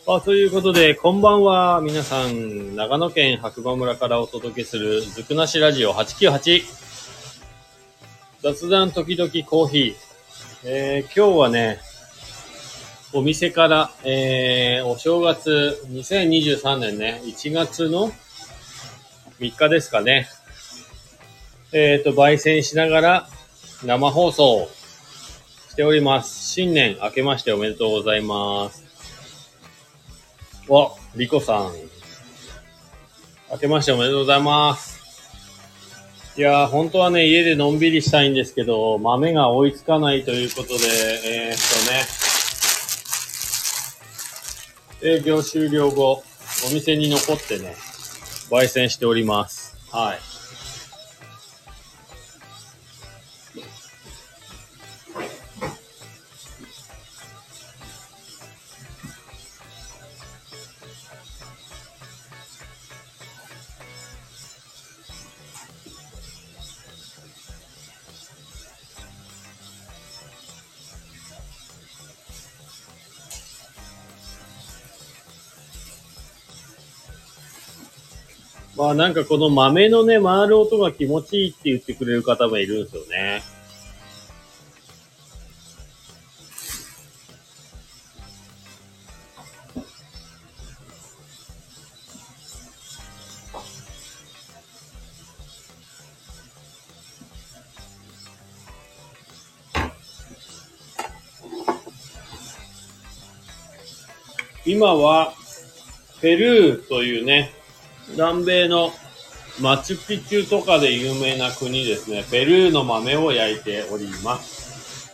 ということで、こんばんは。皆さん、長野県白馬村からお届けするずくなしラジオ898。雑談時々コーヒー。今日はね、お店から、お正月2023年ね、1月の3日ですかね。焙煎しながら生放送しております。新年明けましておめでとうございます。リコさん。明けましておめでとうございます。いやー、本当はね、家でのんびりしたいんですけど、豆が追いつかないということで、営業終了後、お店に残ってね、焙煎しております。はい。なんかこの豆のね、回る音が気持ちいいって言ってくれる方もいるんですよね。今は、ペルーというね、南米のマチュピチュとかで有名な国ですね。ペルーの豆を焼いております。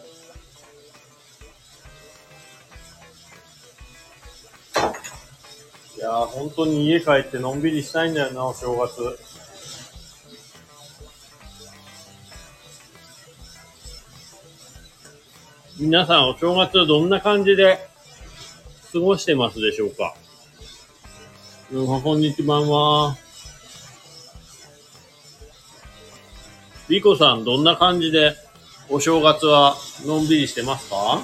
いやー、本当に家帰ってのんびりしたいんだよな、お正月。皆さん、お正月どんな感じで過ごしてますでしょうか。こんにちは。リコさん、どんな感じでお正月はのんびりしてますか？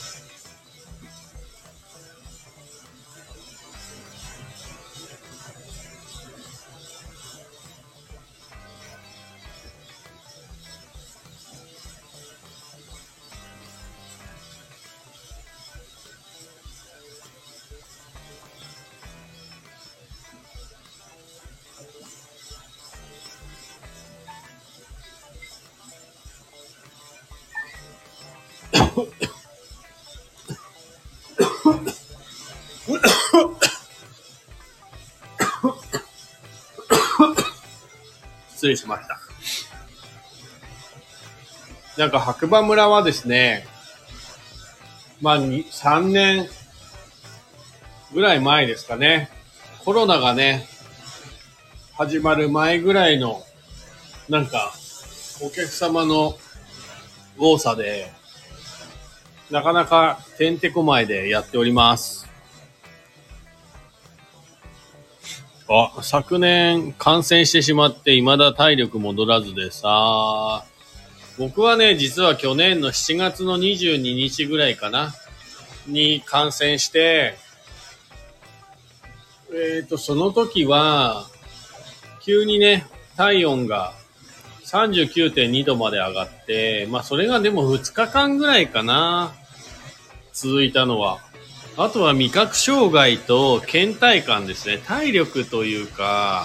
失礼しました。なんか白馬村はですね、3年ぐらい前ですかね。コロナがね、始まる前ぐらいの、なんか、お客様の多さで、なかなかてんてこまいでやっております。昨年感染してしまって未だ体力戻らずでさ、僕はね、実は去年の7月の22日ぐらいかな、に感染して、その時は、急にね、体温が39.2 度まで上がって、それがでも2日間ぐらいかな、続いたのは。あとは味覚障害と倦怠感ですね。体力というか、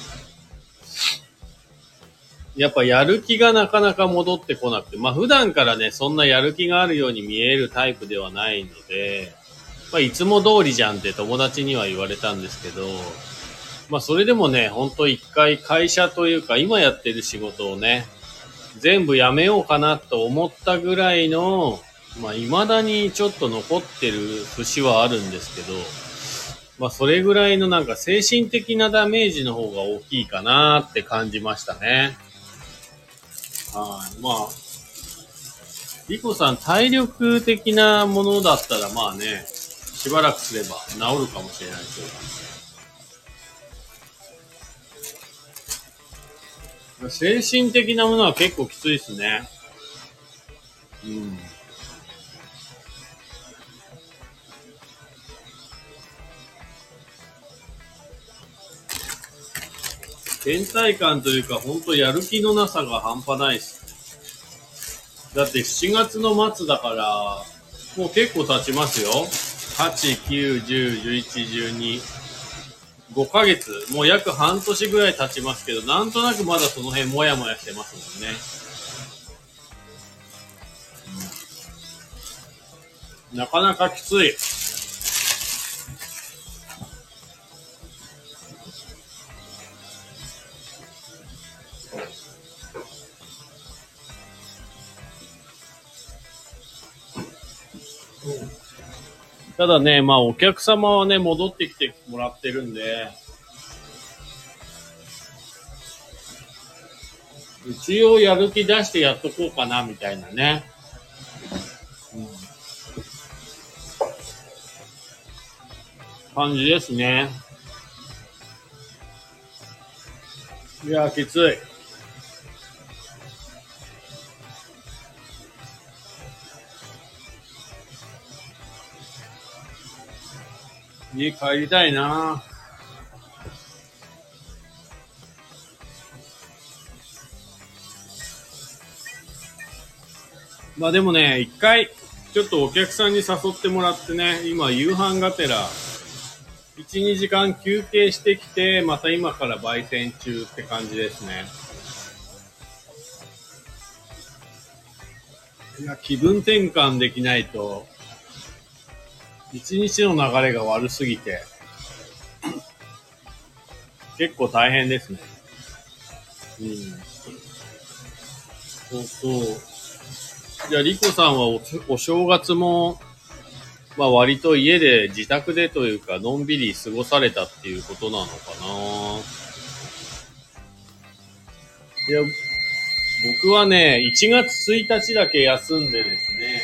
やっぱやる気がなかなか戻ってこなくて、普段からね、そんなやる気があるように見えるタイプではないので、いつも通りじゃんって友達には言われたんですけど、それでもね、ほんと一回会社というか今やってる仕事をね、全部やめようかなと思ったぐらいの、未だにちょっと残ってる節はあるんですけど、それぐらいのなんか精神的なダメージの方が大きいかなって感じましたね。はい。リコさん、体力的なものだったらしばらくすれば治るかもしれないけど。精神的なものは結構きついですね。 倦怠感というか、ほんとやる気のなさが半端ないです。だって7月の末だから、もう結構経ちますよ。8、9、10、11、12、5ヶ月、もう約半年ぐらい経ちますけど、なんとなくまだその辺もやもやしてますもんね。なかなかきつい。ただね、まあお客様はね、戻ってきてもらってるんで、一応やる気出してやっとこうかな、みたいなね。感じですね。いや、きつい。家帰りたいな。まあでもね、一回、ちょっとお客さんに誘ってもらってね、今夕飯がてら、1、2時間休憩してきて、また今から焙煎中って感じですね。いや、気分転換できないと、一日の流れが悪すぎて、結構大変ですね。うん。そうそう。じゃあ、リコさんはお正月も、まあ割と家で自宅でというか、のんびり過ごされたっていうことなのかな。いや、僕はね、1月1日だけ休んでですね、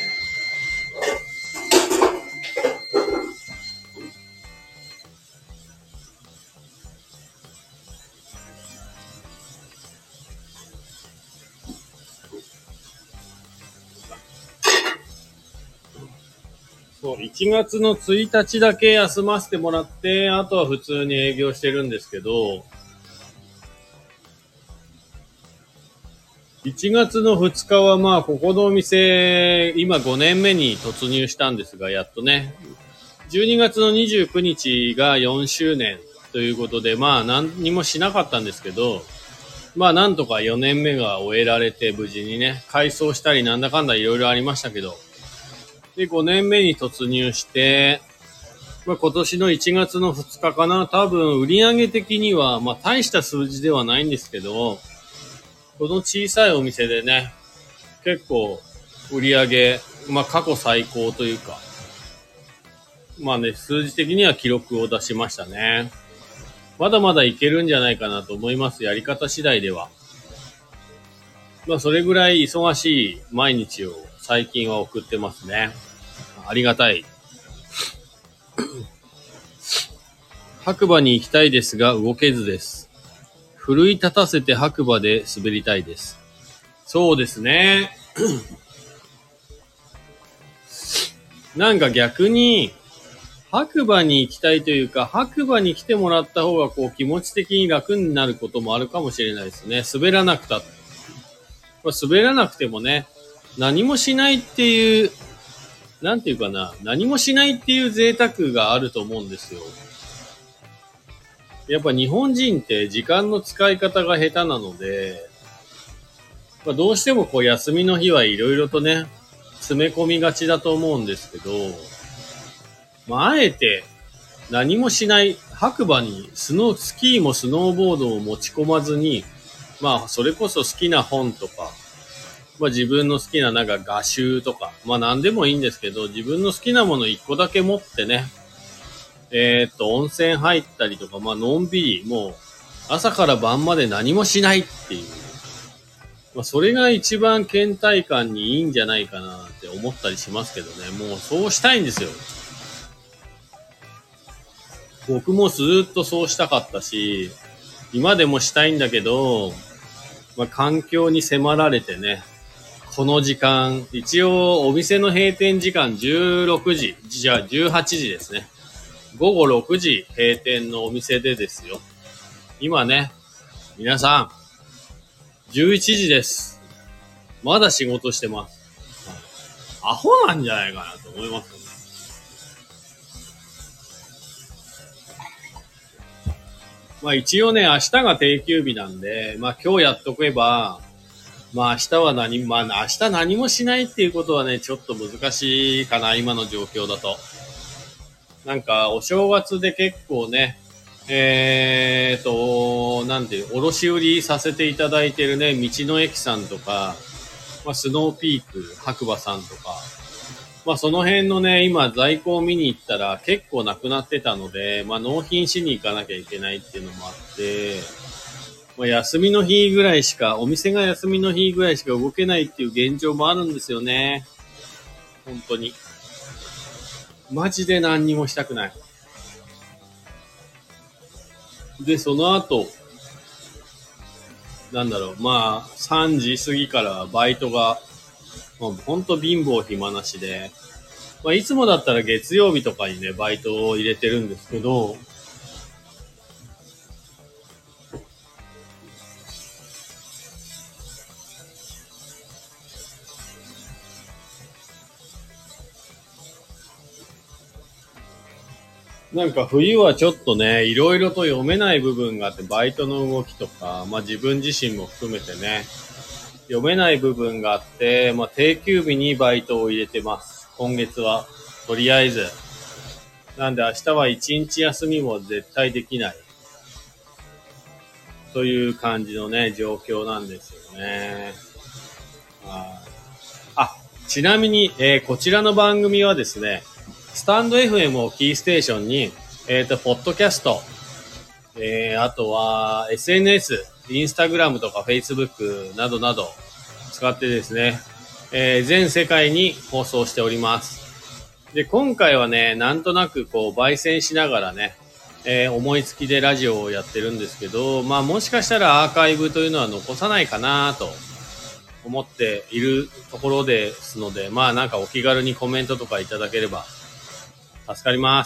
そう、1月の1日だけ休ませてもらって、あとは普通に営業してるんですけど、1月の2日はまあ、ここのお店、今5年目に突入したんですが、やっとね、12月の29日が4周年ということで、まあ何にもしなかったんですけど、まあなんとか4年目が終えられて無事にね、改装したりなんだかんだいろいろありましたけど、で、5年目に突入して、まあ今年の1月の2日かな、多分売上的には、まあ大した数字ではないんですけど、この小さいお店でね、結構売上、まあ過去最高というか、まあね、数字的には記録を出しましたね。まだまだいけるんじゃないかなと思います。やり方次第では。まあそれぐらい忙しい毎日を最近は送ってますね。ありがたい。白馬に行きたいですが動けずです。奮い立たせて白馬で滑りたいです。そうですね。なんか逆に、白馬に行きたいというか、白馬に来てもらった方がこう気持ち的に楽になることもあるかもしれないですね。滑らなくたって。滑らなくてもね、何もしないっていう、なんていうかな、何もしないっていう贅沢があると思うんですよ。やっぱ日本人って時間の使い方が下手なので、どうしてもこう休みの日はいろいろとね、詰め込みがちだと思うんですけど、あえて何もしない白馬にスキーもスノーボードも持ち込まずに、それこそ好きな本とか、自分の好きななんか画集とか、何でもいいんですけど、自分の好きなもの一個だけ持ってね、温泉入ったりとか、のんびり、もう朝から晩まで何もしないっていう。それが一番倦怠感にいいんじゃないかなって思ったりしますけどね。もうそうしたいんですよ。僕もずっとそうしたかったし、今でもしたいんだけど、環境に迫られてね、この時間、一応お店の閉店時間16時、じゃあ18時ですね。午後6時閉店のお店でですよ。今ね、 皆さん、11時です。まだ仕事してます。アホなんじゃないかなと思いますよね。まあ一応ね、明日が定休日なんで、まあ今日やっとけば、まあ明日は明日何もしないっていうことはね、ちょっと難しいかな、今の状況だと。なんか、お正月で結構ね、卸売させていただいてるね、道の駅さんとか、まあ、スノーピーク、白馬さんとか、まあ、その辺のね、今在庫を見に行ったら結構なくなってたので、まあ、納品しに行かなきゃいけないっていうのもあって、まあ、休みの日ぐらいしか、お店が休みの日ぐらいしか動けないっていう現状もあるんですよね。本当に。マジで何にもしたくない。で、その後、まあ、3時過ぎからバイトが、もうほんと貧乏暇なしで、まあ、いつもだったら月曜日とかにね、バイトを入れてるんですけど、なんか冬はちょっとね、いろいろと読めない部分があって、バイトの動きとか、まあ自分自身も含めてね、読めない部分があって、まあ定休日にバイトを入れてます。今月は。とりあえず。なんで明日は一日休みも絶対できない。という感じのね、状況なんですよね。ちなみに、こちらの番組はですね、スタンド FM をキーステーションに、ポッドキャスト、あとは SNS、インスタグラムとか Facebook などなど使ってですね、全世界に放送しております。で、今回はね、なんとなくこう、焙煎しながらね、思いつきでラジオをやってるんですけど、まあもしかしたらアーカイブというのは残さないかなと思っているところですので、まあなんかお気軽にコメントとかいただければ助かります。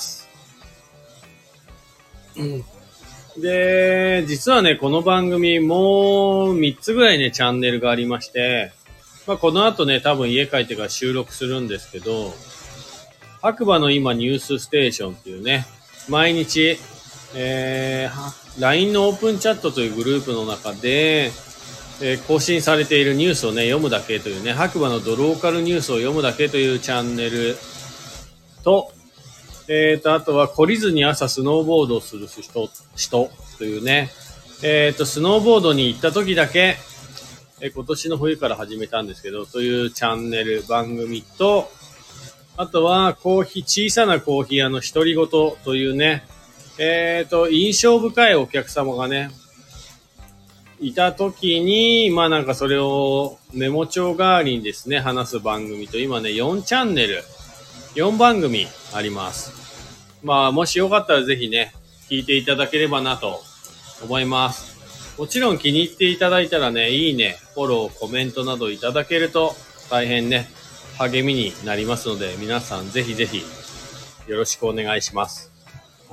で、実はね、この番組もう3つぐらいね、チャンネルがありまして、まあこの後ね、多分家帰ってから収録するんですけど、白馬の今ニュースステーションっていうね、毎日、LINE のオープンチャットというグループの中で、更新されているニュースをね、読むだけというね、白馬のドローカルニュースを読むだけというチャンネルと、あとは懲りずに朝スノーボードをする人というね、スノーボードに行った時だけ、今年の冬から始めたんですけど、というチャンネル、番組と、あとは小さなコーヒー屋の独り言というね、印象深いお客様がね、いた時に、まあなんかそれをメモ帳代わりにですね、話す番組と、今ね、4チャンネル、4番組あります。まあもしよかったらぜひね、聞いていただければなと思います。もちろん気に入っていただいたらね、いいね、フォロー、コメントなどいただけると大変ね、励みになりますので、皆さんぜひぜひよろしくお願いします。はい。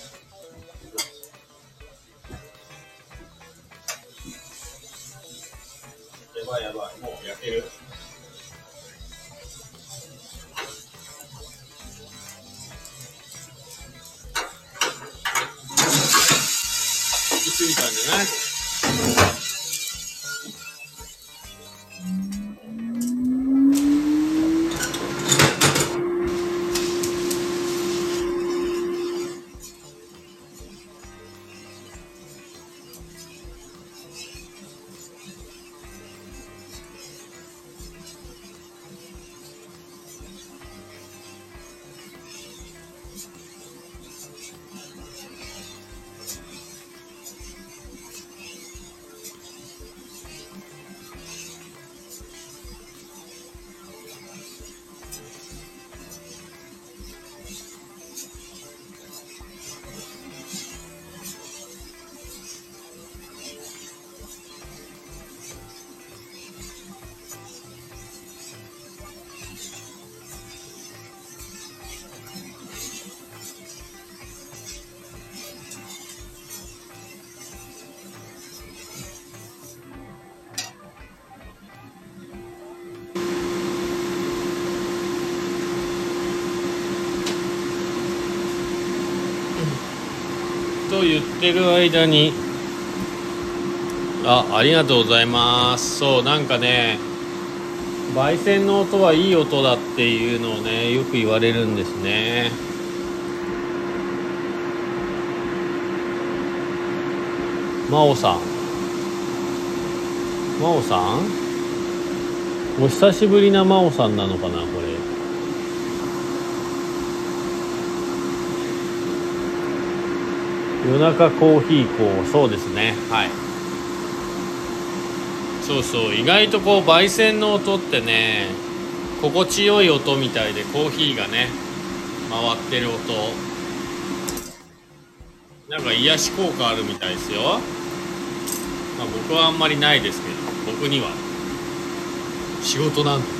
やばいやばい、もう焼ける。行き過ぎたんじゃない？ と言ってる間に、ありがとうございます。そう、なんかね、焙煎の音はいい音だっていうのをね、よく言われるんですね。真央さんお久しぶりな真央さんなのかな、これ。夜中コーヒー粉、そうですね。はい。そうそう、意外とこう焙煎の音ってね、心地よい音みたいで、コーヒーがね回ってる音、なんか癒し効果あるみたいですよ。まあ僕はあんまりないですけど、僕には仕事なんで。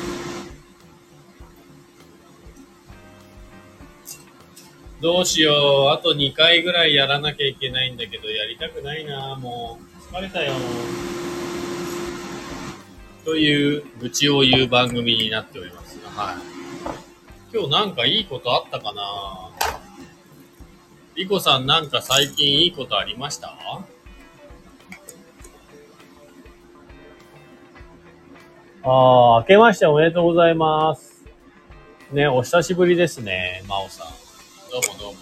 どうしよう、あと2回ぐらいやらなきゃいけないんだけど、やりたくないな、もう疲れたよ。という愚痴を言う番組になっておりますが、はい。今日なんかいいことあったかな。リコさん、なんか最近いいことありました？明けましておめでとうございます。ね、お久しぶりですね、真央さん。どうもどうも。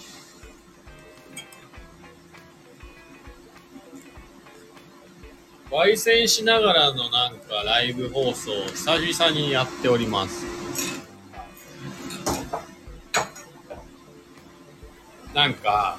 焙煎しながらのなんかライブ放送、久々にやっております。なんか、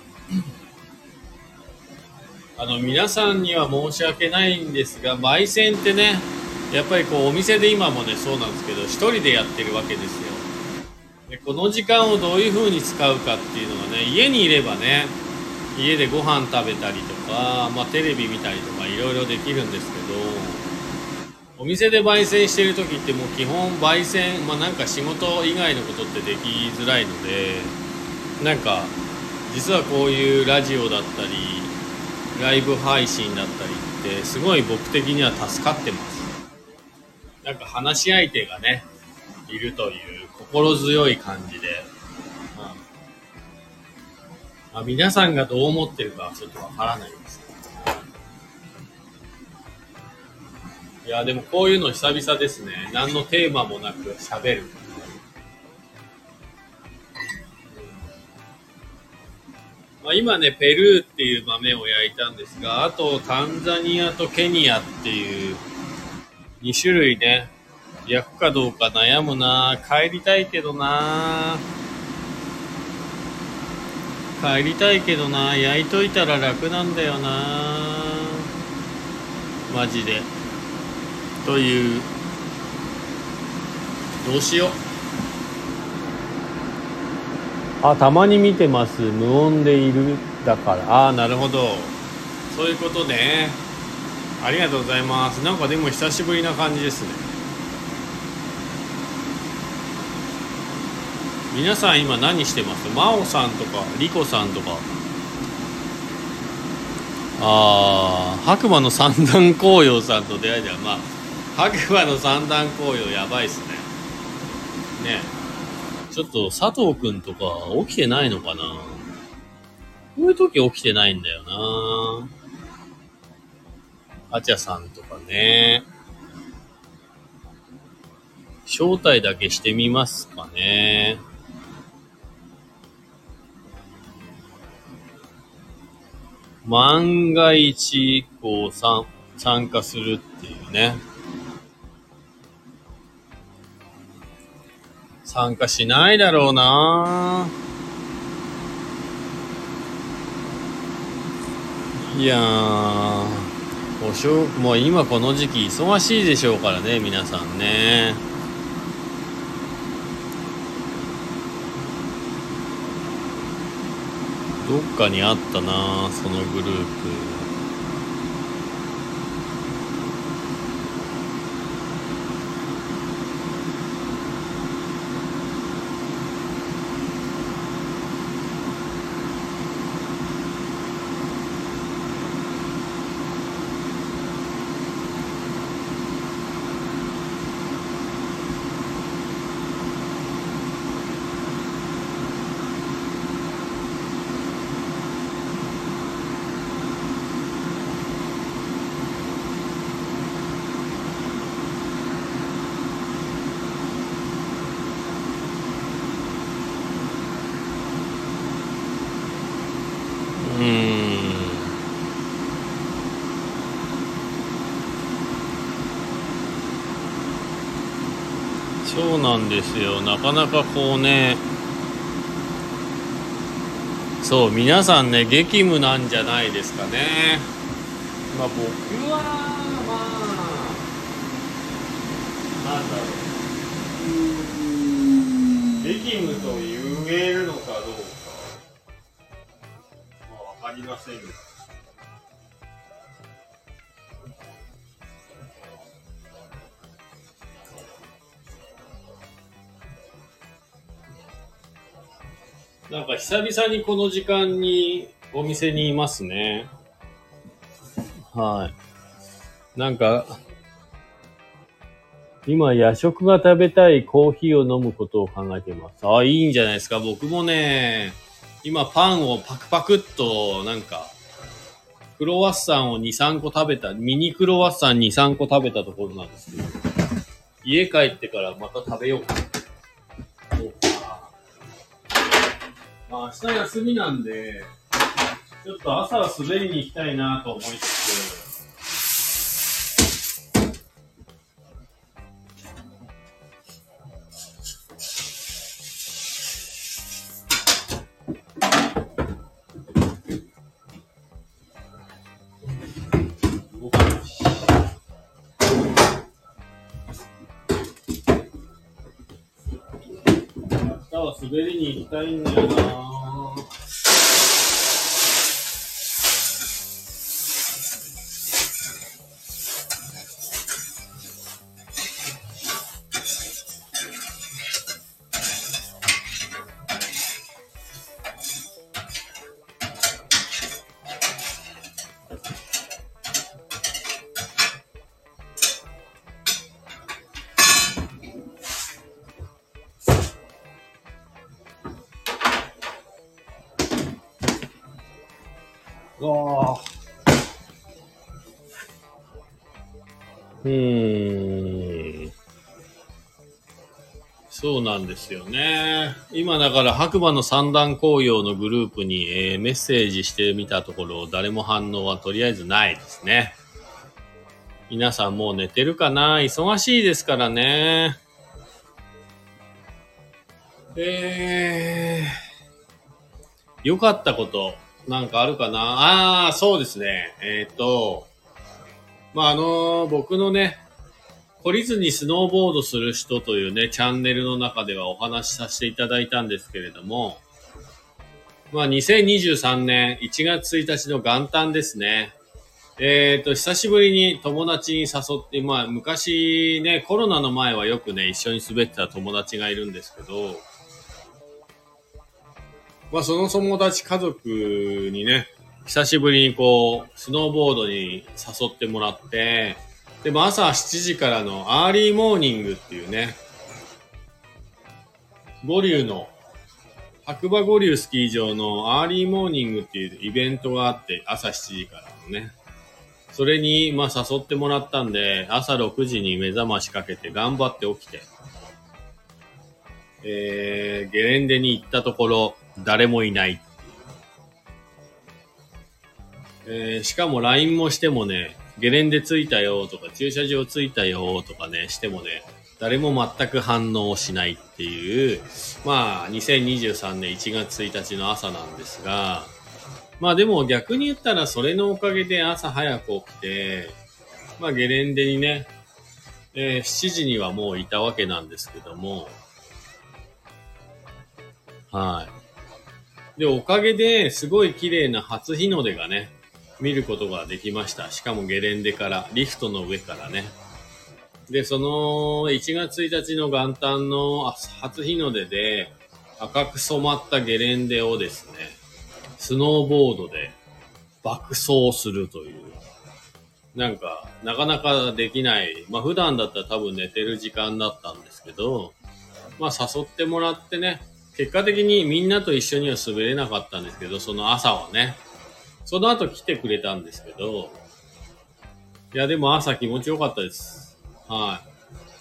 皆さんには申し訳ないんですが、焙煎ってね、やっぱりこうお店で今もねそうなんですけど、一人でやってるわけですよ。でこの時間をどういう風に使うかっていうのがね、家にいればね、家でご飯食べたりとか、まあテレビ見たりとかいろいろできるんですけど、お店で焙煎してる時ってもう基本焙煎、まあなんか仕事以外のことってできづらいので、なんか実はこういうラジオだったりライブ配信だったりってすごい僕的には助かってます。なんか話し相手がねいるという心強い感じで、まあ、皆さんがどう思ってるかはちょっとわからないです。いやでもこういうの久々ですね。何のテーマもなく喋る。まあ、今ねペルーっていう豆を焼いたんですが、あとタンザニアとケニアっていう2種類ね焼くかどうか悩むな。帰りたいけどな。帰りたいけどな。焼いといたら楽なんだよな。マジで。という。どうしよう。たまに見てます。無音でいるだから。なるほど。そういうことね。ありがとうございます。なんかでも久しぶりな感じですね。皆さん今何してます？真央さんとかリコさんとか。白馬の三段紅葉さんと出会いでは、まあ白馬の三段紅葉やばいっすね。ねえ、ちょっと佐藤くんとか起きてないのかな。こういう時起きてないんだよな。あちゃさんとかね。招待だけしてみますかね。万が一こう参加するっていうね。参加しないだろうな。いやもう今この時期忙しいでしょうからね、皆さんね。どっかにあったな、そのグループ。 そうなんですよ。なかなかこうね、そう、皆さんね、激務なんじゃないですかね。まあ僕は、まあ、なんだろう。激務と言えるのかどうか、まあ、わかりませんが。なんか久々にこの時間にお店にいますね。はい。なんか、今夜食が食べたいコーヒーを飲むことを考えています。ああ、いいんじゃないですか。僕もね、今パンをパクパクっと、なんか、クロワッサンを2、3個食べた、ミニクロワッサン2、3個食べたところなんですけど、家帰ってからまた食べようか。そうか。まあ明日休みなんで、ちょっと朝は滑りに行きたいなと思いつつ、明日は滑りに行きたいんだよな。わあ。そうなんですよね。今だから白馬の三段紅葉のグループに、メッセージしてみたところ、誰も反応はとりあえずないですね。皆さんもう寝てるかな？忙しいですからね。良かったことなんかあるかな？そうですね。僕のね、懲りずにスノーボードする人というね、チャンネルの中ではお話しさせていただいたんですけれども、2023年1月1日の元旦ですね。久しぶりに友達に誘って、昔ね、コロナの前はよくね、一緒に滑ってた友達がいるんですけど、その友達家族にね、久しぶりにこう、スノーボードに誘ってもらって、でも朝7時からのアーリーモーニングっていうね、白馬五竜スキー場のアーリーモーニングっていうイベントがあって、朝7時からのね。それに、誘ってもらったんで、朝6時に目覚ましかけて頑張って起きて、ゲレンデに行ったところ、誰もいない。しかも LINE もしてもね、ゲレンデ着いたよとか、駐車場着いたよとかね、してもね、誰も全く反応しないっていう、2023年1月1日の朝なんですが、でも逆に言ったらそれのおかげで朝早く起きて、ゲレンデにね、7時にはもういたわけなんですけども、はい。で、おかげですごい綺麗な初日の出がね、見ることができました。しかもゲレンデから、リフトの上からね。で、その1月1日の元旦の初日の出で赤く染まったゲレンデをですね、スノーボードで爆走するという。なんか、なかなかできない。普段だったら多分寝てる時間だったんですけど、誘ってもらってね、結果的にみんなと一緒には滑れなかったんですけど、その朝はね、その後来てくれたんですけど、いやでも朝気持ちよかったです。はい。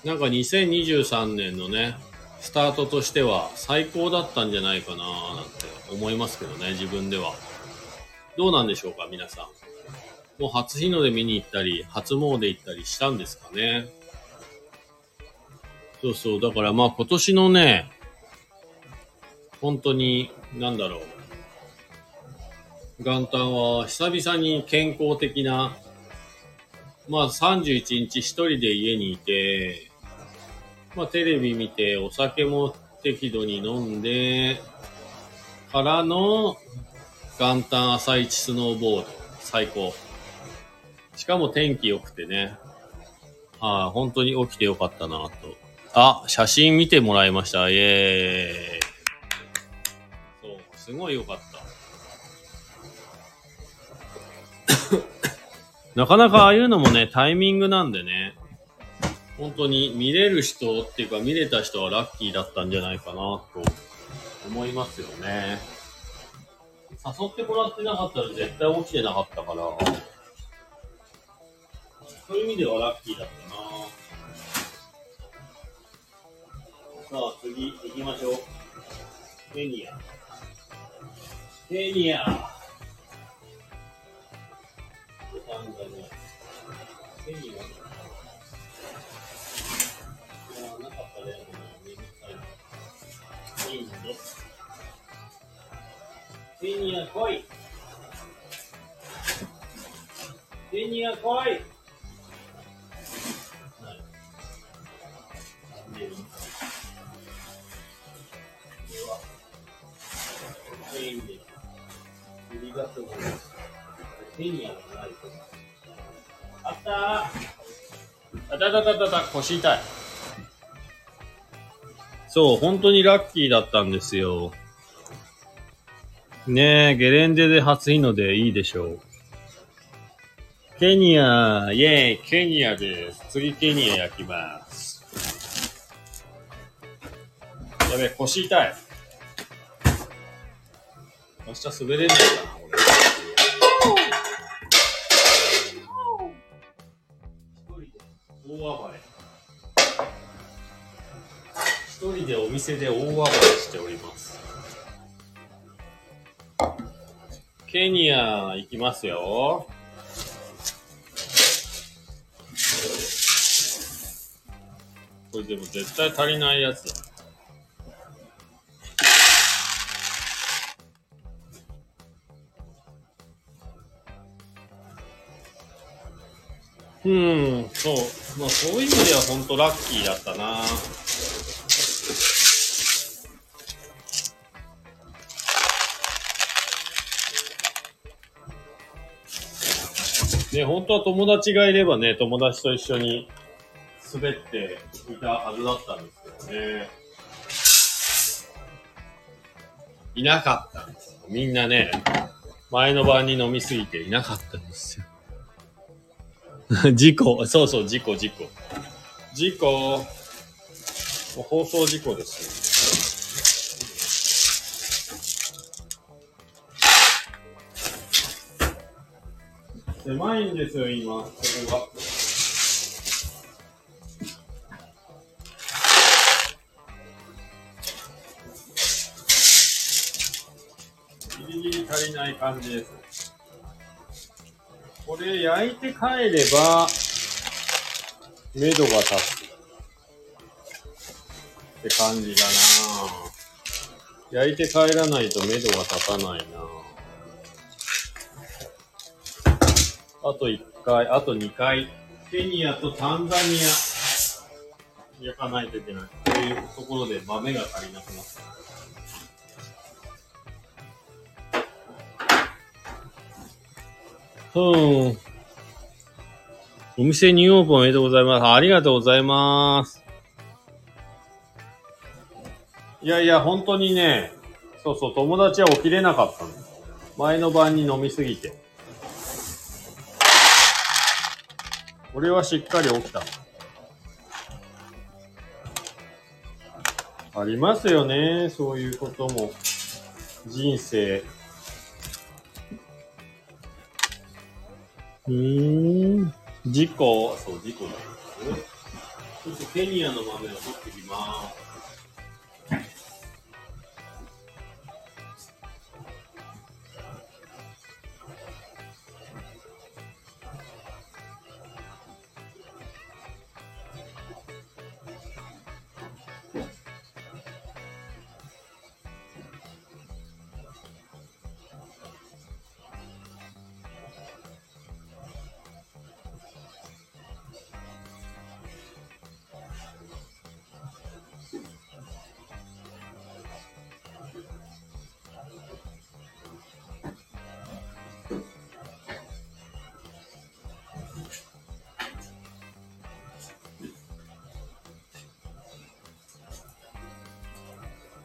なんか2023年のね、スタートとしては最高だったんじゃないかなーなんて思いますけどね、自分では。どうなんでしょうか、皆さん。もう初日の出見に行ったり、初詣行ったりしたんですかね。 そうそう。だからまあ今年のね、本当に、なんだろう。元旦は久々に健康的な、まあ31日一人で家にいて、まあテレビ見てお酒も適度に飲んで、からの元旦朝一スノーボード。最高。しかも天気良くてね。はい、本当に起きてよかったなと。あ、写真見てもらいました。イエーイ。そう、すごい良かった。なかなかああいうのもね、タイミングなんでね。本当に見れる人っていうか見れた人はラッキーだったんじゃないかなと思いますよね。誘ってもらってなかったら絶対起きてなかったから、そういう意味ではラッキーだったな。さあ次行きましょう。ケニア。ケニア。タンザニア。ケニア。なかったね。インド。ケニア来い。ケニア来い。はい。スペインでありがとうございます。ケニアがないと。あったー。あたたたたた、腰痛い。そう、本当にラッキーだったんですよ。ねえ、ゲレンデで初日の出いいでしょう。ケニア、イェーイ、ケニアです。次ケニア焼きます。やべえ、腰痛い。明日滑れないかな、俺。一人で大暴れ。一人でお店で大暴れしております。ケニア行きますよ。これでも絶対足りないやつだ。そう。まあそういう意味では本当ラッキーだったな。ね、本当は友達がいればね、友達と一緒に滑っていたはずだったんですけどね。いなかったんですよ。みんなね、前の晩に飲みすぎていなかったんですよ。事故、そうそう、事故。事故、放送事故ですよ。狭いんですよ、今、ここが。ギリギリ足りない感じです。これ焼いて帰れば、目処が立つって感じだな。焼いて帰らないと目処が立たないな。あと1回、あと2回、ケニアとタンザニア焼かないといけない。こういうところで豆が足りなくなった。お店ニューオープンおめでとうございます。ありがとうございます。いやいや、本当にね、そうそう、友達は起きれなかったんです。前の晩に飲みすぎて。俺はしっかり起きた。ありますよね、そういうことも。人生。事故、そう、事故だ。ちょっとケニアの豆を取ってきます。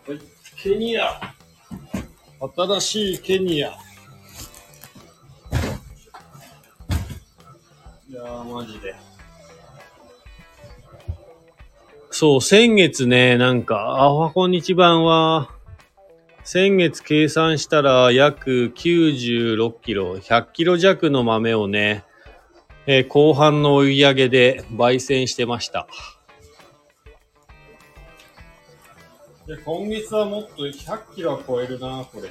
い、ケニア。新しいケニア。いやー、マジで。そう、先月ね、なんか、こんにちは。先月計算したら約96キロ、100キロ弱の豆をね、後半の追い上げで焙煎してました。で、今月はもっと100キロは超えるな、これ。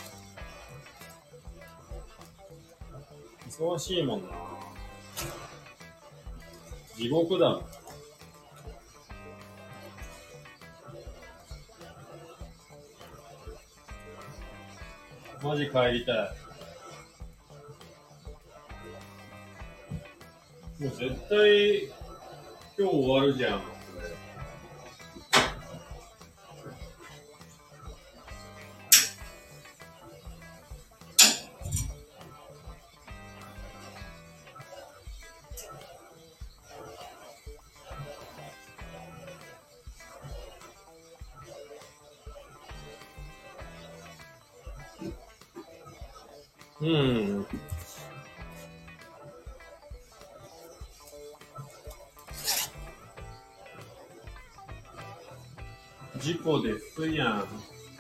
忙しいもんな。地獄だ。マジ帰りたい。もう絶対今日終わるじゃん。うん。事故ですやん。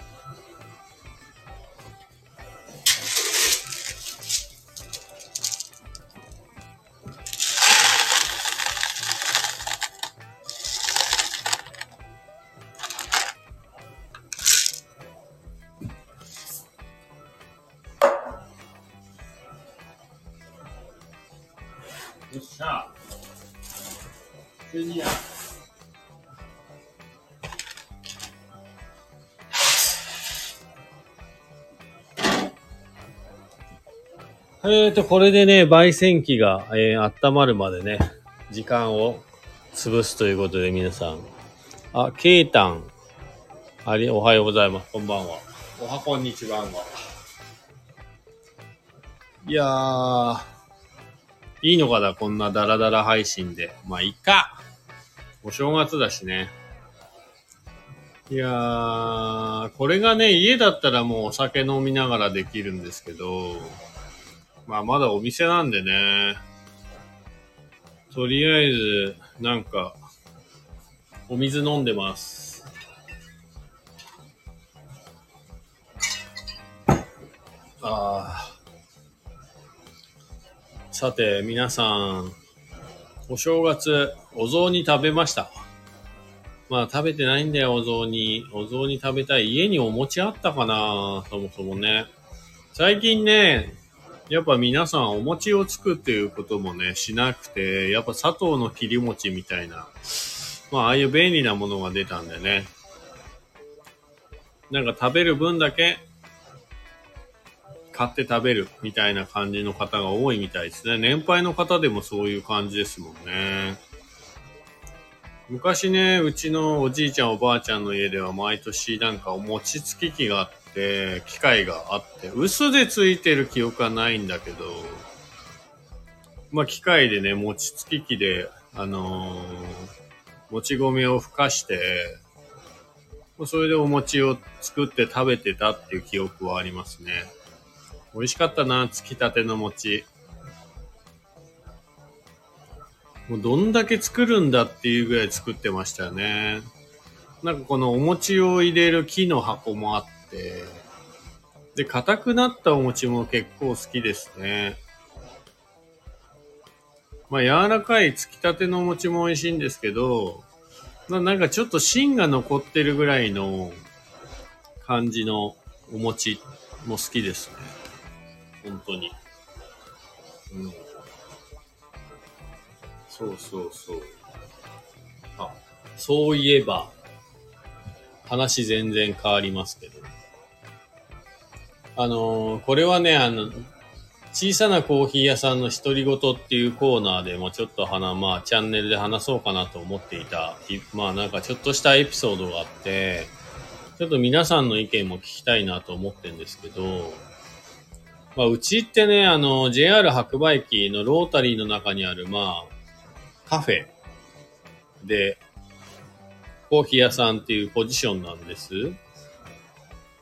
よっしゃ。ケニア。これでね、焙煎機が、温まるまでね、時間を潰すということで皆さん。ケイタン。おはようございます。こんばんは。こんにちは。いやー、いいのかな、こんなダラダラ配信で。まあ、いいか。お正月だしね。いやー、これがね、家だったらもうお酒飲みながらできるんですけど、まあ、まだお店なんでね。とりあえず、なんか、お水飲んでます。さて、皆さん、お正月、お雑煮食べました？まあ、食べてないんだよ、お雑煮。お雑煮食べたい。家にお餅あったかな、そもそもね。最近ね、やっぱ皆さんお餅をつくっていうこともね、しなくて、やっぱ砂糖の切り餅みたいな、まあ、ああいう便利なものが出たんでね。なんか食べる分だけ買って食べるみたいな感じの方が多いみたいですね。年配の方でもそういう感じですもんね。昔ね、うちのおじいちゃんおばあちゃんの家では毎年なんかお餅つき機があって、機械があって、薄でついてる記憶はないんだけど、まあ機械でね、餅つき機で、もち米をふかして、それでお餅を作って食べてたっていう記憶はありますね。美味しかったな、つきたての餅。もうどんだけ作るんだっていうぐらい作ってましたよね。なんかこのお餅を入れる木の箱もあって、で、硬くなったお餅も結構好きですね。まあ柔らかいつきたてのお餅も美味しいんですけど、なんかちょっと芯が残ってるぐらいの感じのお餅も好きですね。本当に。うん。そうそうそう。そういえば、話全然変わりますけど。これはね、小さなコーヒー屋さんの独り言っていうコーナーでもちょっとまあチャンネルで話そうかなと思っていた、まあなんかちょっとしたエピソードがあって、ちょっと皆さんの意見も聞きたいなと思ってるんですけど、まあうちってね、JR 白馬駅のロータリーの中にある、まあ、カフェで、コーヒー屋さんっていうポジションなんです。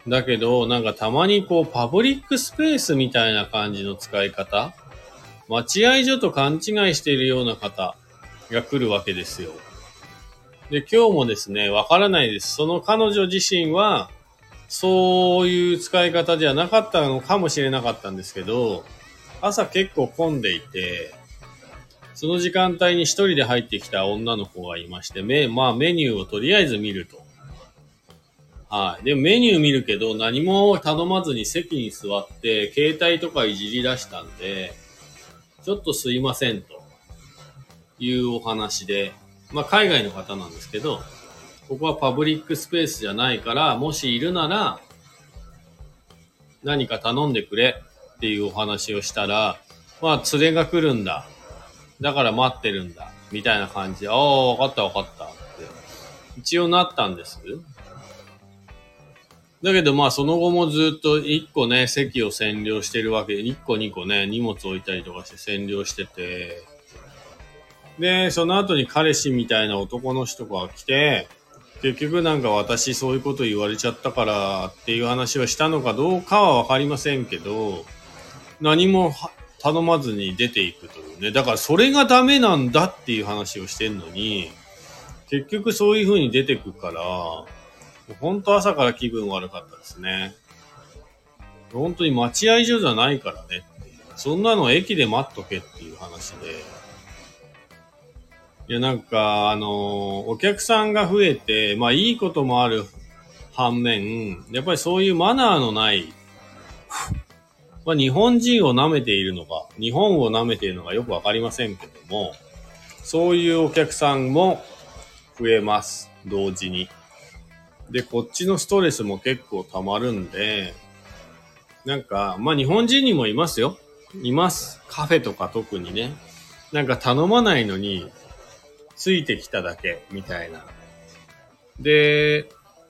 だけど、なんかたまにこう、パブリックスペースみたいな感じの使い方、待合所と勘違いしているような方が来るわけですよ。で、今日もですね、わからないです。その彼女自身は、そういう使い方じゃなかったのかもしれなかったんですけど、朝結構混んでいて、その時間帯に一人で入ってきた女の子がいまして、メニューをとりあえず見ると。はい。で、メニュー見るけど、何も頼まずに席に座って、携帯とかいじり出したんで、ちょっとすいません、というお話で、海外の方なんですけど、ここはパブリックスペースじゃないから、もしいるなら、何か頼んでくれっていうお話をしたら、連れが来るんだ。だから待ってるんだ。みたいな感じで、わかったって、一応なったんです。だけどその後もずっと一個ね、席を占領してるわけで、一個二個ね、荷物置いたりとかして占領してて、で、その後に彼氏みたいな男の人が来て、結局なんか私そういうこと言われちゃったからっていう話をしたのかどうかはわかりませんけど、何も頼まずに出ていくというね。だからそれがダメなんだっていう話をしてんのに、結局そういう風に出てくから、本当朝から気分悪かったですね。本当に待合所じゃないからねっていう。そんなの駅で待っとけっていう話で。いやなんか、お客さんが増えて、いいこともある反面、やっぱりそういうマナーのない、日本人を舐めているのか、日本を舐めているのかよくわかりませんけども、そういうお客さんも増えます。同時に。で、こっちのストレスも結構溜まるんで、なんか、日本人にもいますよ。います。カフェとか特にね。なんか頼まないのに、ついてきただけ、みたいな。で、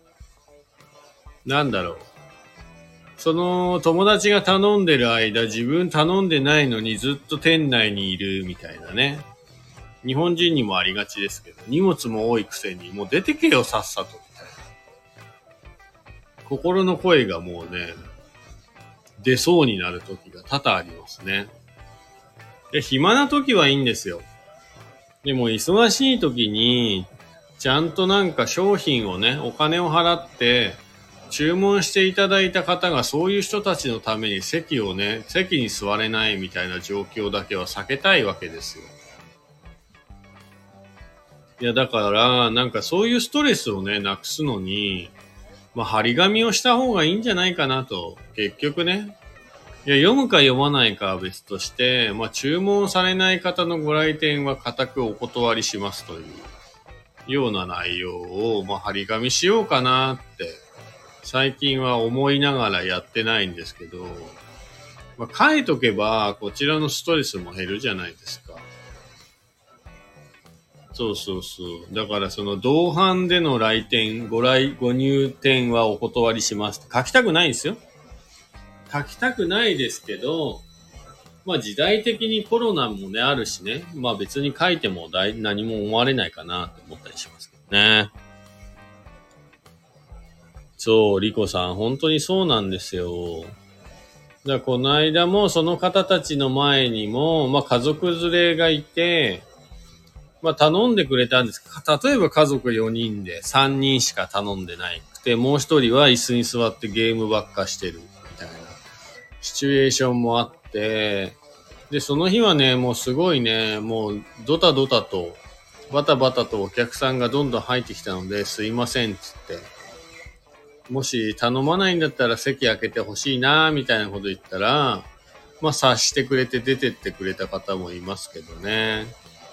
なんだろう。その友達が頼んでる間、自分頼んでないのにずっと店内にいるみたいなね。日本人にもありがちですけど、荷物も多いくせに、もう出てけよ、さっさと。みたいな。心の声がもうね、出そうになる時が多々ありますね。で、暇な時はいいんですよ。でも忙しい時に、ちゃんとなんか商品をね、お金を払って、注文していただいた方がそういう人たちのために席に座れないみたいな状況だけは避けたいわけですよ。いや、だから、なんかそういうストレスをね、なくすのに、張り紙をした方がいいんじゃないかなと。結局ね。いや、読むか読まないかは別として、注文されない方のご来店は固くお断りしますというような内容を、張り紙しようかなって、最近は思いながらやってないんですけど、書いとけば、こちらのストレスも減るじゃないですか。そうそうそう。だからその同伴での来店、ご入店はお断りしますって書きたくないんですよ。書きたくないですけど、時代的にコロナもね、あるしね。別に書いても何も思われないかなと思ったりしますけどね。そう、リコさん、本当にそうなんですよ。だからこの間もその方たちの前にも、家族連れがいて、頼んでくれたんですけど、例えば家族4人で3人しか頼んでないくて、もう一人は椅子に座ってゲームばっかしてるみたいなシチュエーションもあって、で、その日はね、もうすごいね、もうドタドタと、バタバタとお客さんがどんどん入ってきたので、すいませんっつって、もし頼まないんだったら席開けてほしいなみたいなこと言ったら、察してくれて出てってくれた方もいますけどね。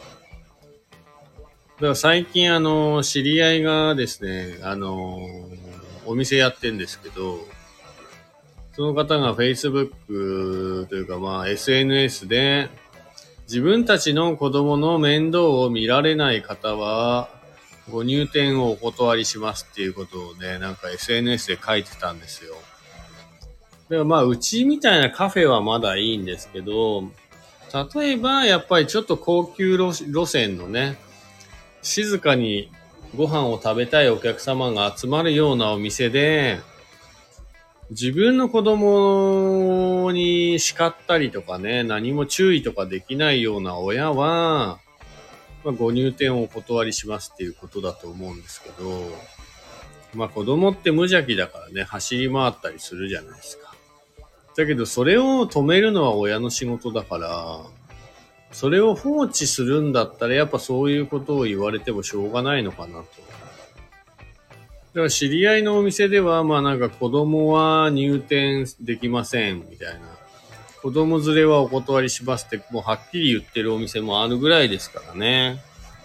だから最近知り合いがですね、お店やってんですけど、その方が Facebook というかSNS で、自分たちの子供の面倒を見られない方は、ご入店をお断りしますっていうことをね、なんか SNS で書いてたんですよ。だからうちみたいなカフェはまだいいんですけど、例えばやっぱりちょっと高級路線のね、静かにご飯を食べたいお客様が集まるようなお店で、 自分の子供に叱ったりとかね、何も注意とかできないような親は、ご入店をお断りしますっていうことだと思うんですけど、子供って無邪気だからね、走り回ったりするじゃないですか。だけどそれを止めるのは親の仕事だから、それを放置するんだったらやっぱそういうことを言われてもしょうがないのかなと。だから知り合いのお店では、子供は入店できませんみたいな。子供連れはお断りしますってもうはっきり言ってるお店もあるぐらいですからね。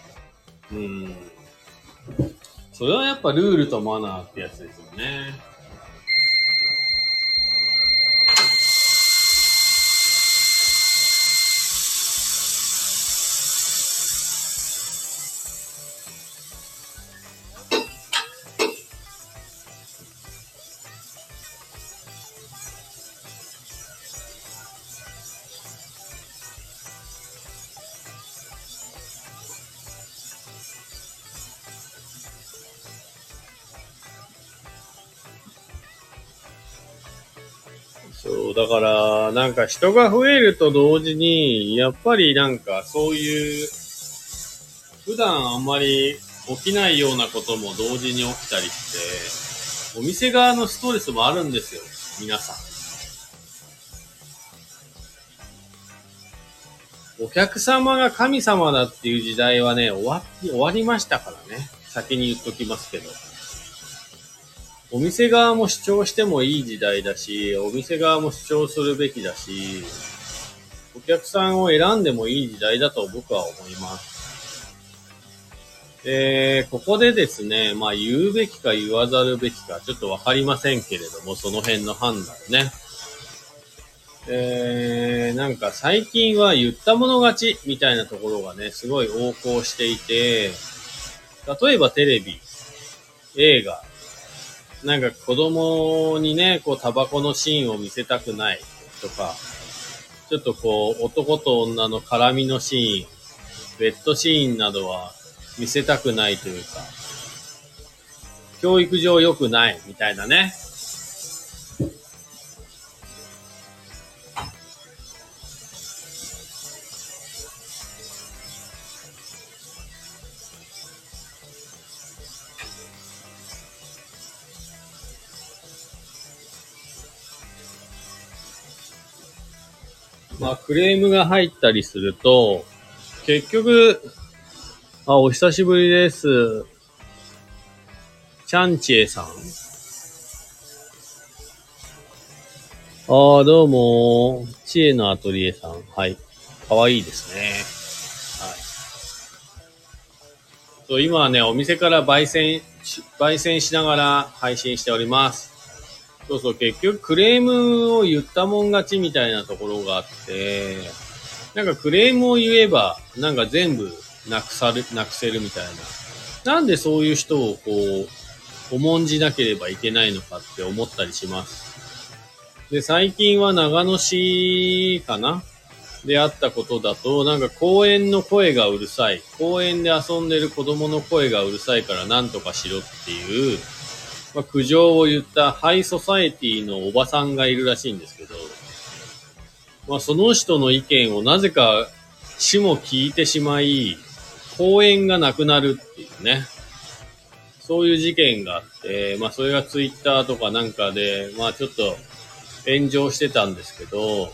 それはやっぱルールとマナーってやつですよね。そう、だから、人が増えると同時に、やっぱりそういう、普段あんまり起きないようなことも同時に起きたりして、お店側のストレスもあるんですよ、皆さん。お客様が神様だっていう時代はね、終わりましたからね。先に言っときますけど。お店側も主張してもいい時代だし、お店側も主張するべきだし、お客さんを選んでもいい時代だと僕は思います。ここでですね、言うべきか言わざるべきかちょっとわかりませんけれども、その辺の判断ね。最近は言ったもの勝ちみたいなところがね、すごい横行していて、例えばテレビ、映画、子供にね、タバコのシーンを見せたくないとか、ちょっと男と女の絡みのシーン、ベッドシーンなどは見せたくないというか、教育上良くないみたいなね。クレームが入ったりすると、結局、お久しぶりです。チャンチエさん。どうも。知恵のアトリエさん。はい。かわいいですね。はい。今はね、お店から焙煎しながら配信しております。そう、結局クレームを言ったもん勝ちみたいなところがあって、クレームを言えば、全部なくせるみたいな。なんでそういう人を重んじなければいけないのかって思ったりします。で、最近は長野市かなであったことだと、公園の声がうるさい。公園で遊んでる子供の声がうるさいから何とかしろっていう、苦情を言ったハイソサエティのおばさんがいるらしいんですけど、その人の意見をなぜか市も聞いてしまい、公園がなくなるっていうね。そういう事件があって、それがツイッターとかで、ちょっと炎上してたんですけど、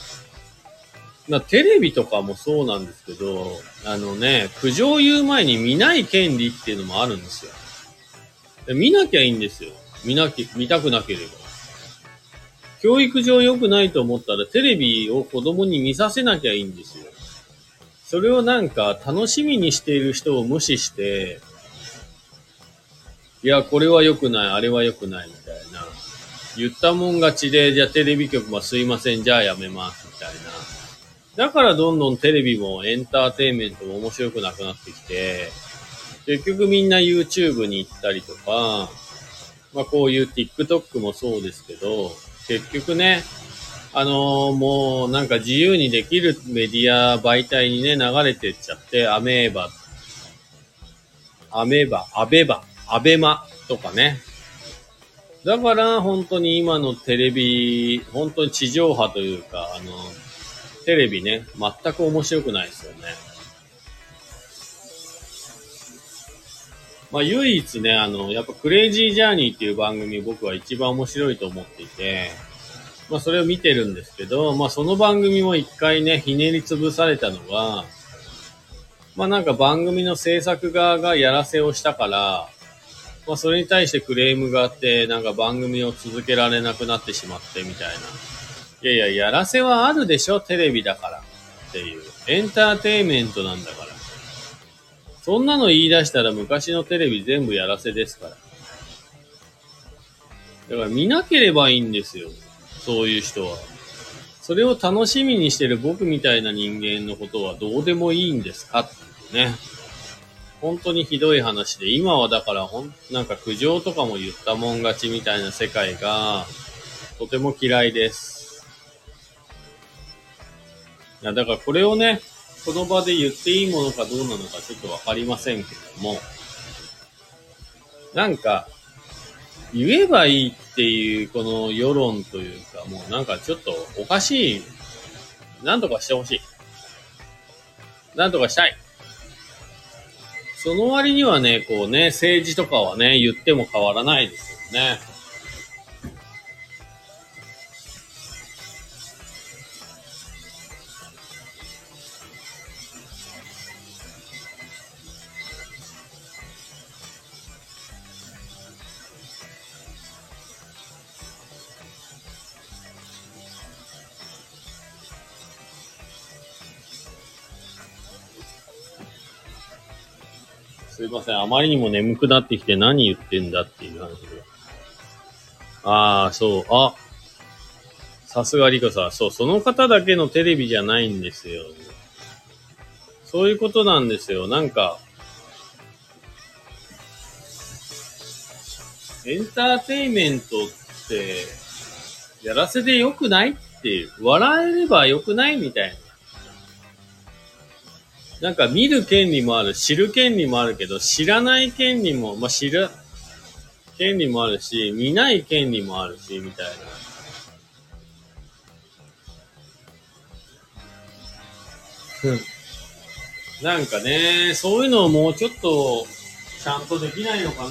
テレビとかもそうなんですけど、苦情言う前に見ない権利っていうのもあるんですよ。見なきゃいいんですよ。見たくなければ。教育上良くないと思ったらテレビを子供に見させなきゃいいんですよ。それを楽しみにしている人を無視して、いや、これは良くない、あれは良くないみたいな。言ったもん勝ちで、じゃあテレビ局もすいません、じゃあやめますみたいな。だからどんどんテレビもエンターテインメントも面白くなくなってきて、結局みんな YouTube に行ったりとか、こういう TikTok もそうですけど、結局ね、もう自由にできるメディア媒体にね、流れてっちゃって、アベマとかね、 だから本当に今のテレビ、本当に地上波というか、テレビね、全く面白くないですよね。まあ唯一ね、やっぱクレイジージャーニーっていう番組僕は一番面白いと思っていて、まあそれを見てるんですけど、まあその番組も一回ね、ひねり潰されたのが、まあなんか番組の制作側がやらせをしたから、まあそれに対してクレームがあって、なんか番組を続けられなくなってしまってみたいな。いやいや、やらせはあるでしょ、テレビだからっていう。エンターテイメントなんだから。そんなの言い出したら昔のテレビ全部やらせですから。だから見なければいいんですよ。そういう人は。それを楽しみにしてる僕みたいな人間のことはどうでもいいんですかっていうね。本当にひどい話で、今はだからなんか苦情とかも言ったもん勝ちみたいな世界がとても嫌いです。いや、だからこれをね、この場で言っていいものかどうなのかちょっとわかりませんけども、なんか、言えばいいっていうこの世論というか、もうなんかちょっとおかしい。なんとかしてほしい。なんとかしたい。その割にはね、こうね、政治とかはね、言っても変わらないですよね。すいません。あまりにも眠くなってきて何言ってんだっていう話で。ああ、そう。あ、さすがリコさん。そう、その方だけのテレビじゃないんですよ。そういうことなんですよ。なんか、エンターテイメントって、やらせで良くないっていう。笑えれば良くないみたいな。なんか見る権利もある、知る権利もあるけど、知らない権利も、まあ、知る権利もあるし、見ない権利もあるし、みたいな。なんかね、そういうのをもうちょっと、ちゃんとできないのかな。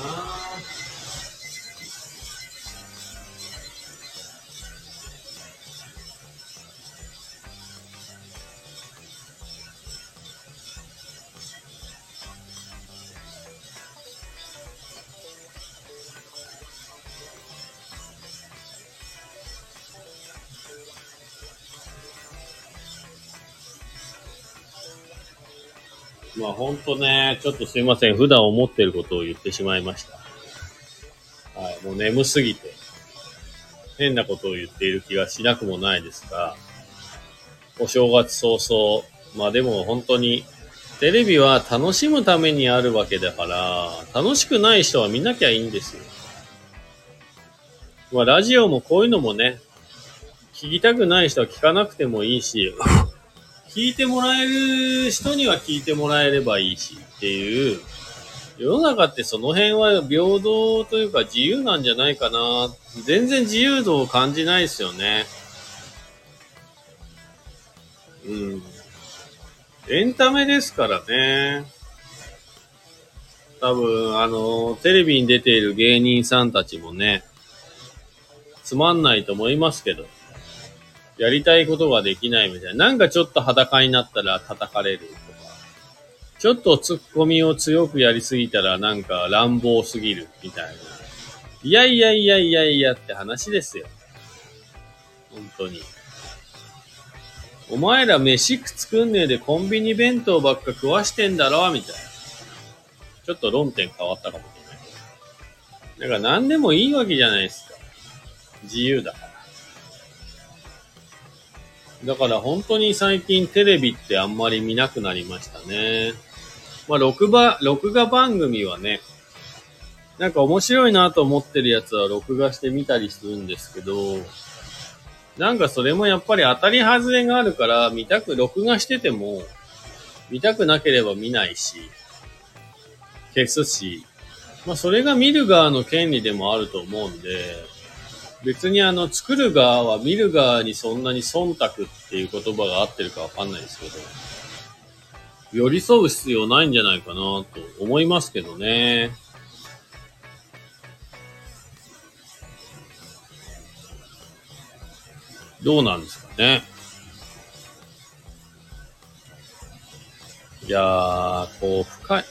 まあほんとね、ちょっとすいません。普段思ってることを言ってしまいました。はい。もう眠すぎて、変なことを言っている気がしなくもないですが、お正月早々、まあでも本当に、テレビは楽しむためにあるわけだから、楽しくない人は見なきゃいいんですよ。まあラジオもこういうのもね、聞きたくない人は聞かなくてもいいし、聞いてもらえる人には聞いてもらえればいいしっていう、世の中ってその辺は平等というか自由なんじゃないかな。全然自由度を感じないですよね。うん。エンタメですからね。多分、テレビに出ている芸人さんたちもね、つまんないと思いますけど、やりたいことができないみたいな。なんかちょっと裸になったら叩かれるとか、ちょっとツッコミを強くやりすぎたらなんか乱暴すぎるみたいな。いやいやいやいやいやって話ですよ。本当に。お前ら飯作んねえでコンビニ弁当ばっか食わしてんだろみたいな。ちょっと論点変わったかもしれない。だから何でもいいわけじゃないですか。自由だから。だから本当に最近テレビってあんまり見なくなりましたね。まあ録画番組はね、なんか面白いなと思ってるやつは録画してみたりするんですけど、なんかそれもやっぱり当たり外れがあるから、録画してても、見たくなければ見ないし、消すし、 まあそれが見る側の権利でもあると思うんで、別に作る側は見る側にそんなに忖度っていう言葉が合ってるかわかんないですけど、寄り添う必要ないんじゃないかなと思いますけどね。どうなんですかね。いやー、こう、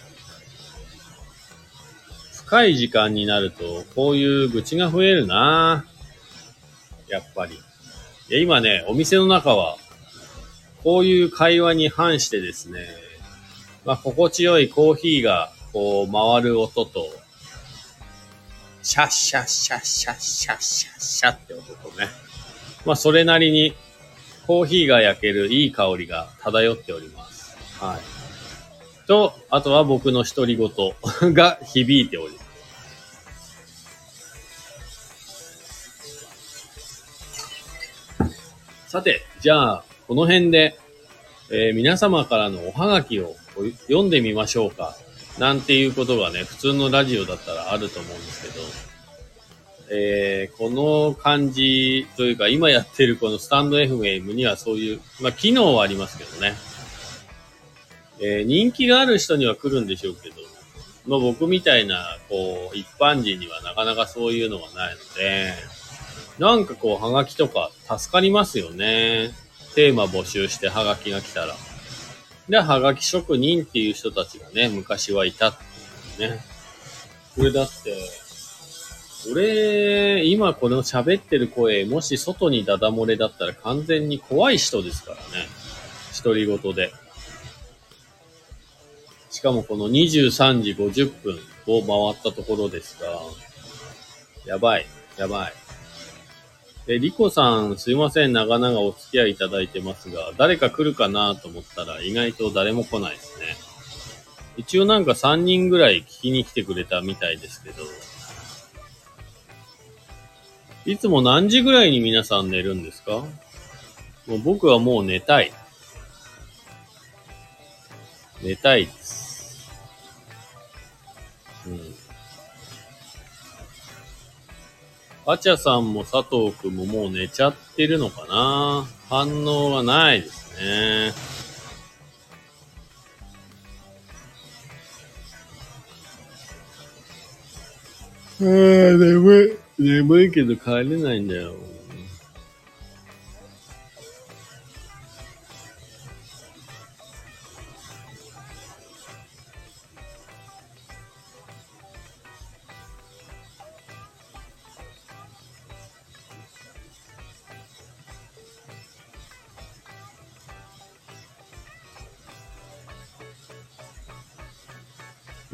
深い時間になると、こういう愚痴が増えるな。やっぱり。いや、今ね、お店の中は、こういう会話に反してですね、まあ、心地よいコーヒーが、こう、回る音と、シャッシャッシャッシャッシャッシャッシャッって音とね。まあ、それなりに、コーヒーが焼けるいい香りが漂っております。はい。と、あとは僕の独り言が響いております。さて、じゃあ、この辺で、皆様からのおはがきを読んでみましょうか。なんていうことがね、普通のラジオだったらあると思うんですけど、この感じというか、今やってるこのスタンド FM にはそういう、まあ、機能はありますけどね。人気がある人には来るんでしょうけど、まあ、僕みたいな、こう、一般人にはなかなかそういうのがないので、なんかこう、はがきとか助かりますよね。テーマ募集してはがきが来たら。で、はがき職人っていう人たちがね、昔はいたっていうね。これだって、俺、今この喋ってる声、もし外にダダ漏れだったら完全に怖い人ですからね。独り言で。しかもこの23時50分を回ったところですが、やばい、やばい。リコさん、すいません、長々お付き合いいただいてますが、誰か来るかなと思ったら意外と誰も来ないですね。一応なんか3人ぐらい聞きに来てくれたみたいですけど、いつも何時ぐらいに皆さん寝るんですか？もう僕はもう寝たい。寝たいです。うん。あちゃさんも佐藤くんももう寝ちゃってるのかな？反応がないですね。眠い。眠いけど帰れないんだよ。うん。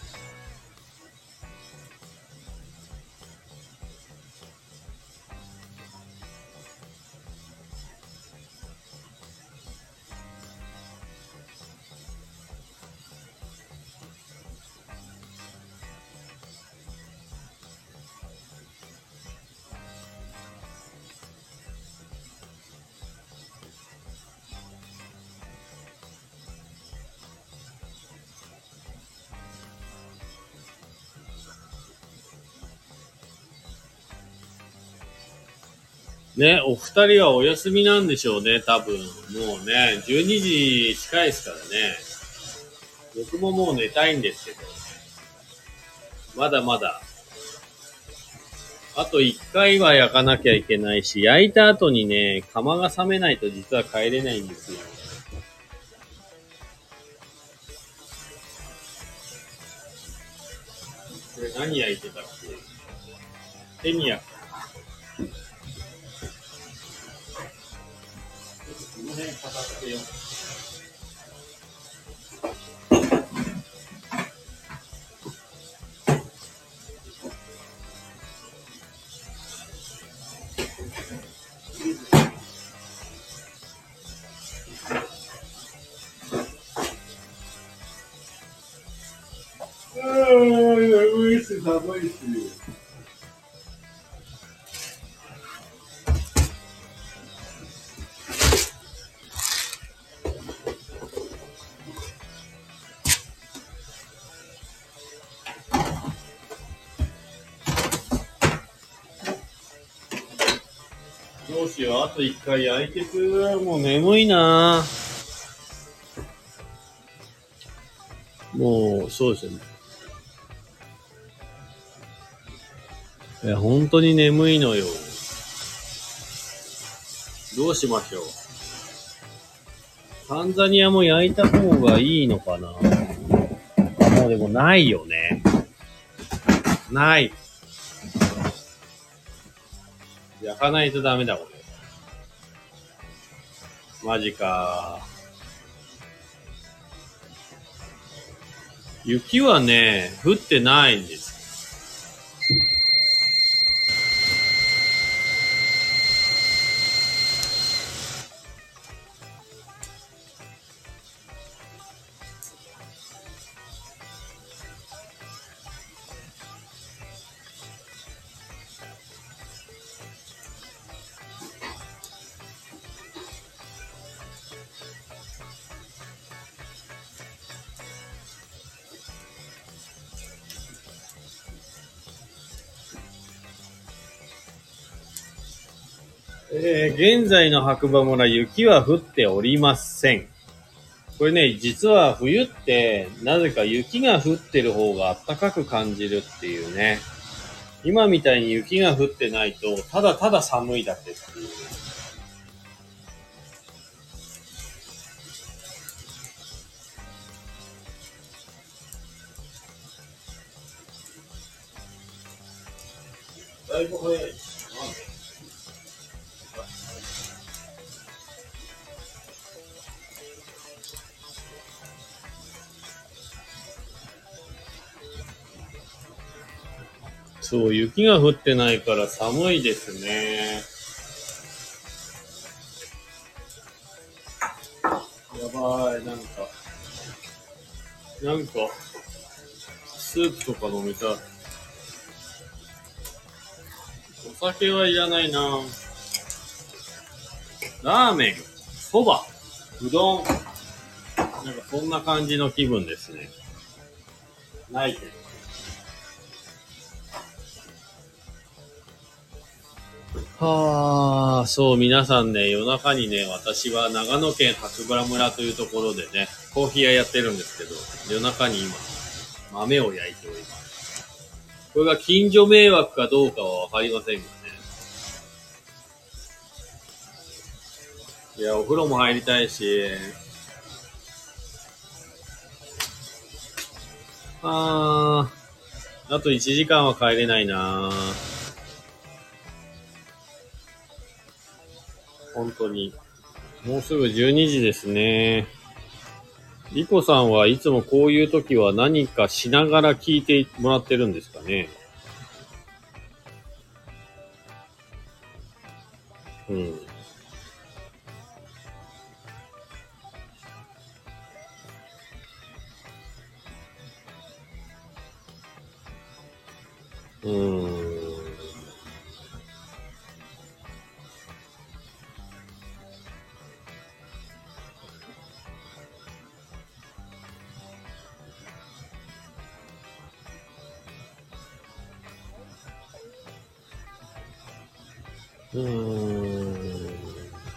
ね、お二人はお休みなんでしょうね、多分。もうね、12時近いですからね。僕ももう寝たいんですけど。まだまだ。あと1回は焼かなきゃいけないし、焼いた後にね、釜が冷めないと実は帰れないんですよ。これ何焼いてたっけ？手に焼く。この辺片付けよう。寒いし、寒いし。 どうしよう、あと一回焼いてく。もう眠いなもう、そうですよね。いや、本当に眠いのよ。どうしましょう。タンザニアも焼いた方がいいのかな。もうでもないよね。ない。焼かないとダメだ、これ。マジか。雪はね、降ってないんです。現在の白馬村、雪は降っておりません。これね、実は冬って、なぜか雪が降ってる方が暖かく感じるっていうね。今みたいに雪が降ってないと、ただただ寒いだけっていう。だいぶ早い。なんで？そう、雪が降ってないから寒いですね。やばい、なんか、スープとか飲みたい。お酒はいらないな。ラーメン、そば、うどん。なんかそんな感じの気分ですね。ないけど。はあ、そう、皆さんね、夜中にね、私は長野県白馬村というところでね、コーヒー屋やってるんですけど、夜中に今、豆を焼いております。これが近所迷惑かどうかはわかりませんがね。いや、お風呂も入りたいし、あと1時間は帰れないな本当に。もうすぐ12時ですね。リコさんはいつもこういう時は何かしながら聞いてもらってるんですかね。うん。うーん。うーん。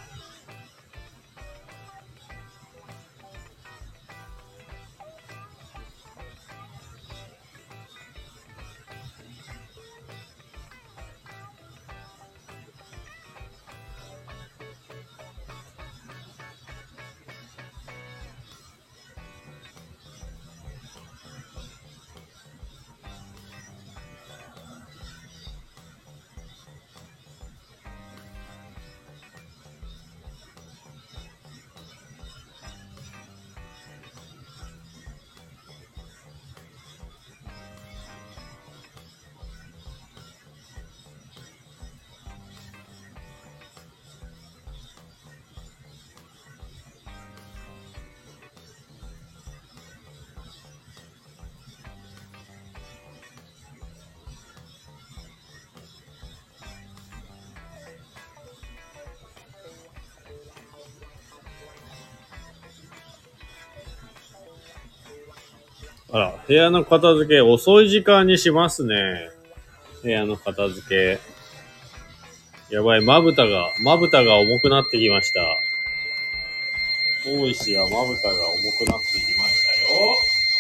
あら、部屋の片付け遅い時間にしますね。部屋の片付け。 やばい、まぶたが重くなってきました。大石はまぶたが重くなってきましたよ。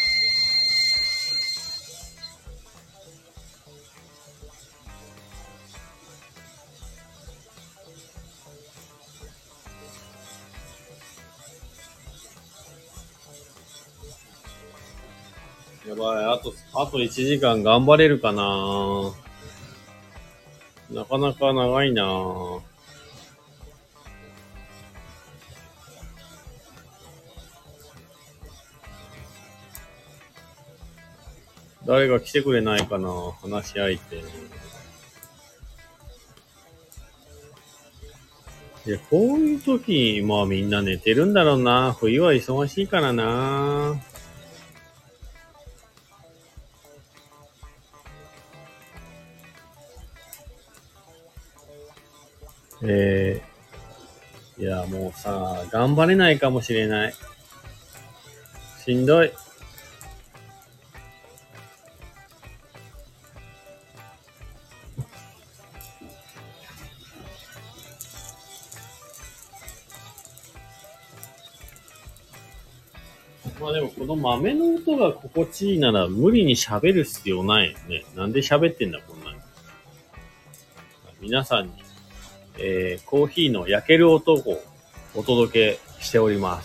やばい、あと1時間頑張れるかな。なかなか長いな。誰が来てくれないかな、話し相手。いや、こういう時、まあみんな寝てるんだろうな。冬は忙しいからな。いや、もうさ、頑張れないかもしれない。しんどい。まあでもこの豆の音が心地いいなら無理に喋る必要ないよね。なんで喋ってんだこんなに。皆さんに、コーヒーの焼ける音をお届けしております。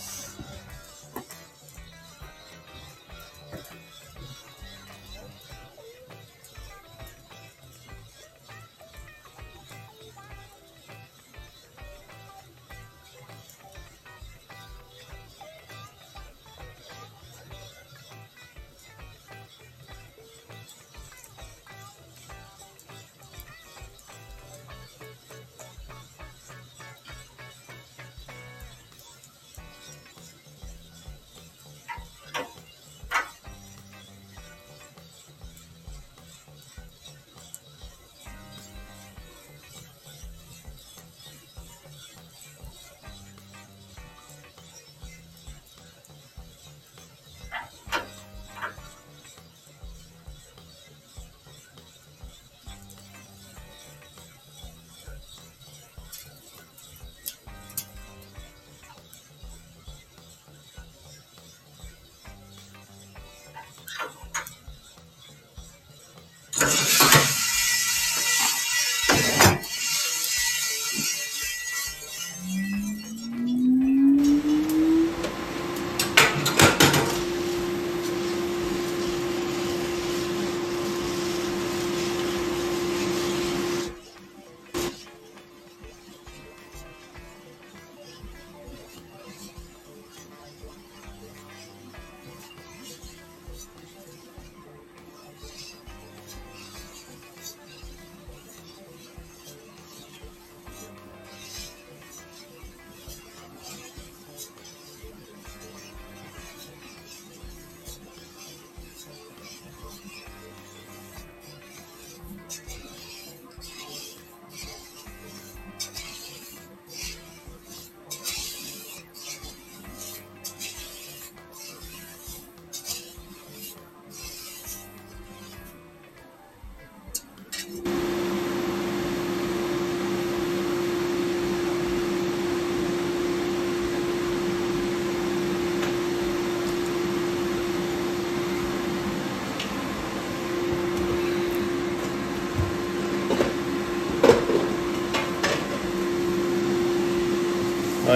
はい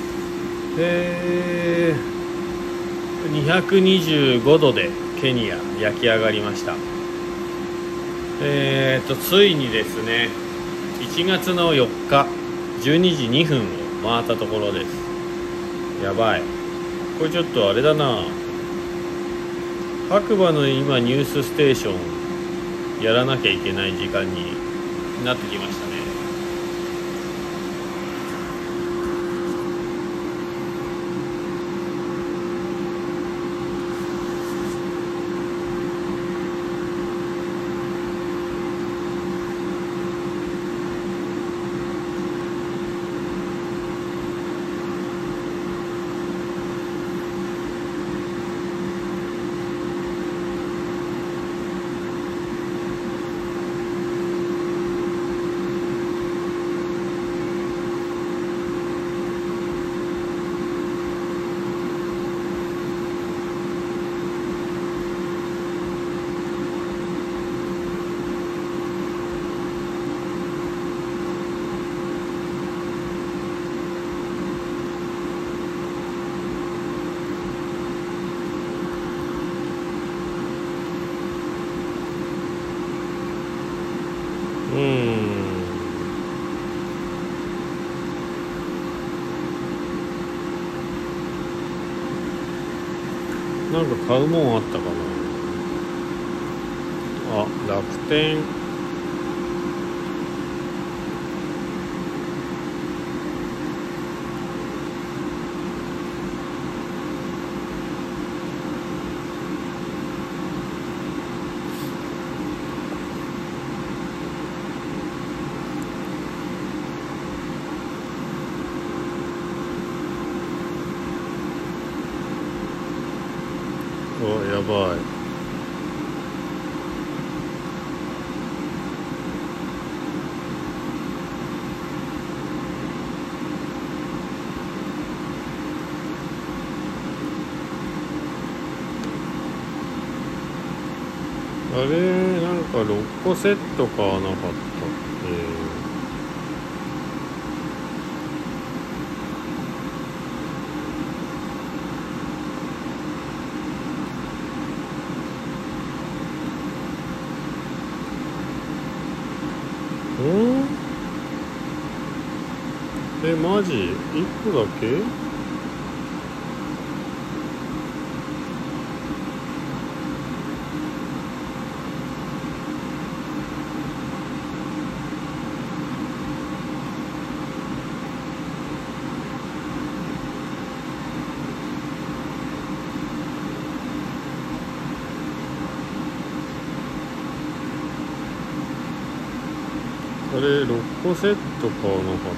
。225度でケニア焼き上がりました。ついにですね、1月の4日、12時2分を回ったところです。やばい。これちょっとあれだな。白馬の今ニュースステーションやらなきゃいけない時間になってきましたね。 なんか買うもんあったかな。あ、楽天。やばい。あれ、なんか6個セット買わなかったっけ。マジ ?1 個だけ。あれ、6個セット買わなかった？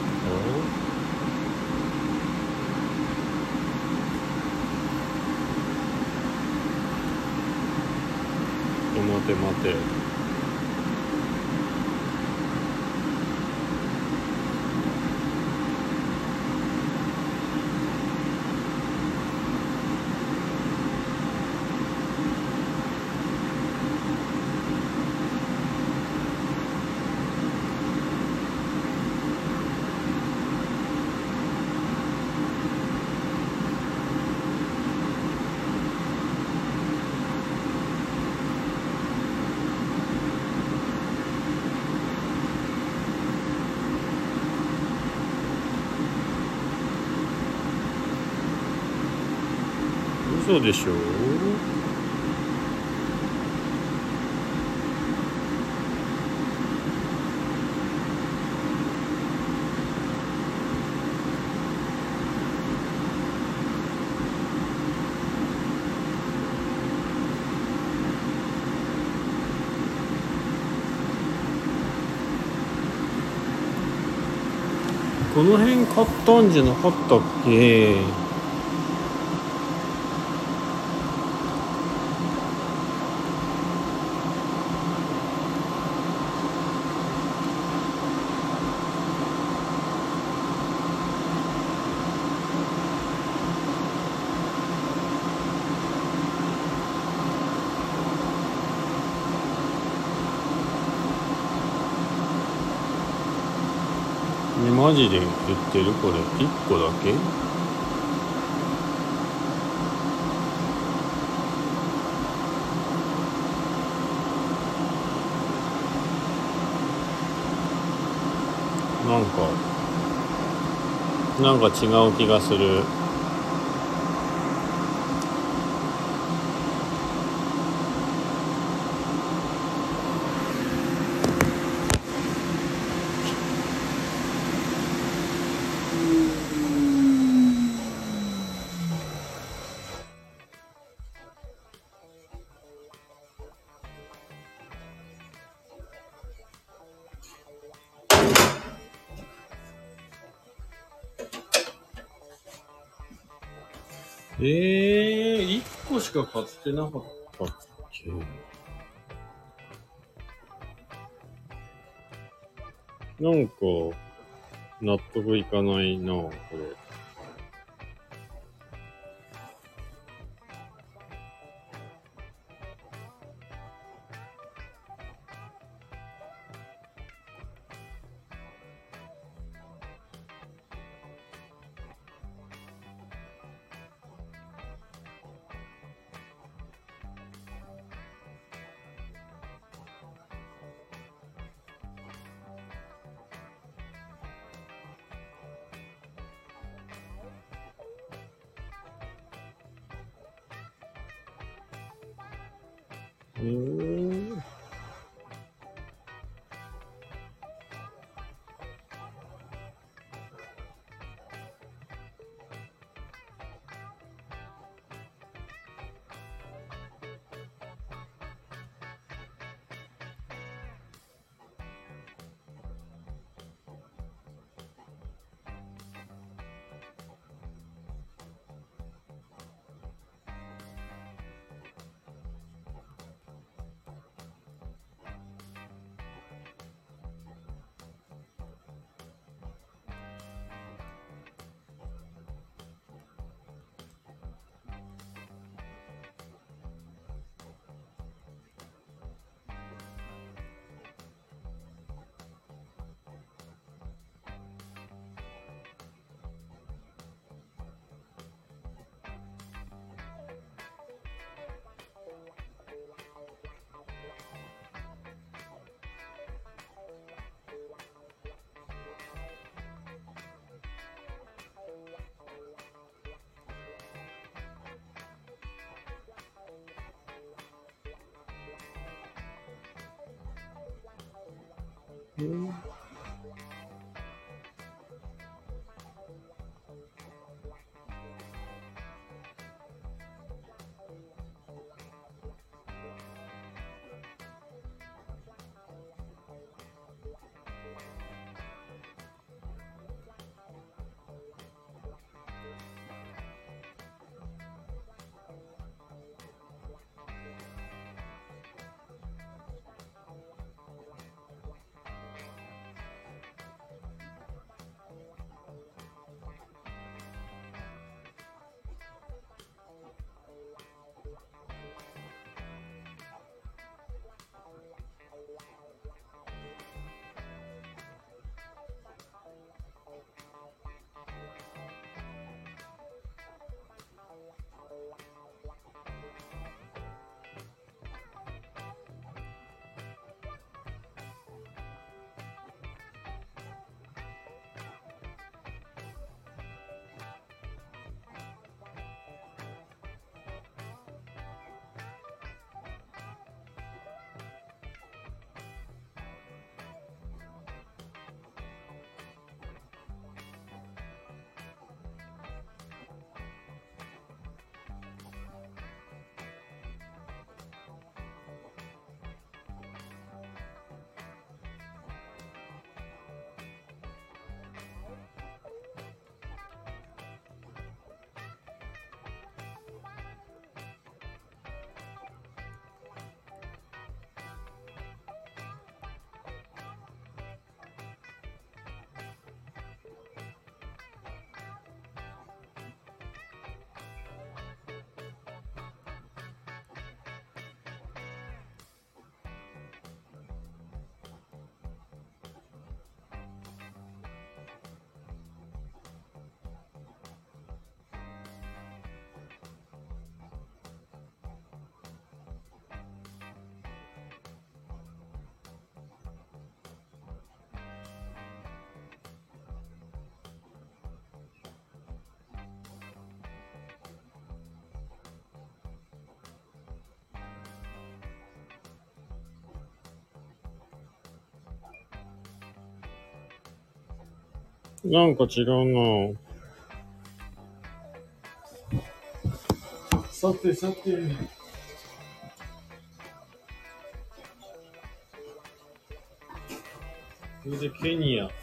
待て待て。嘘でしょ。この辺買ったんじゃなかったっけ？マジで売ってるこれ1個だけ？なんか違う気がする。1個しか買ってなかったっけ？なんか納得いかないなこれ。 なんか違うな。さてさて。それでケニア。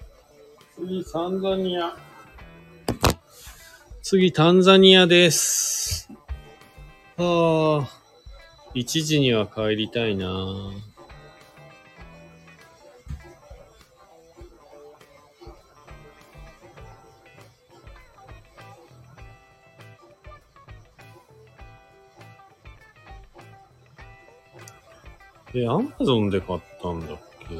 次、タンザニアです。 はあ、1時には帰りたいな。アマゾンで買ったんだっけ？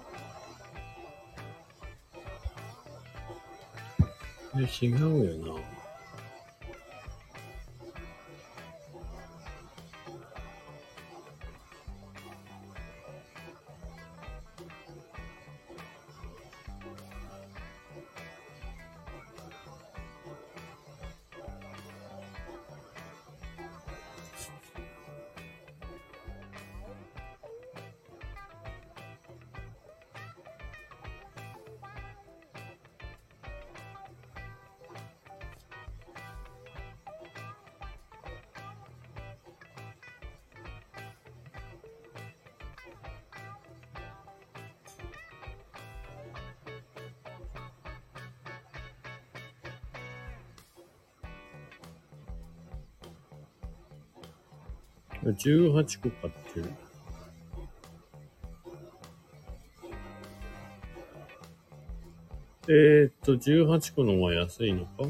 違うよな。18個買ってる。18個の方が安いのか？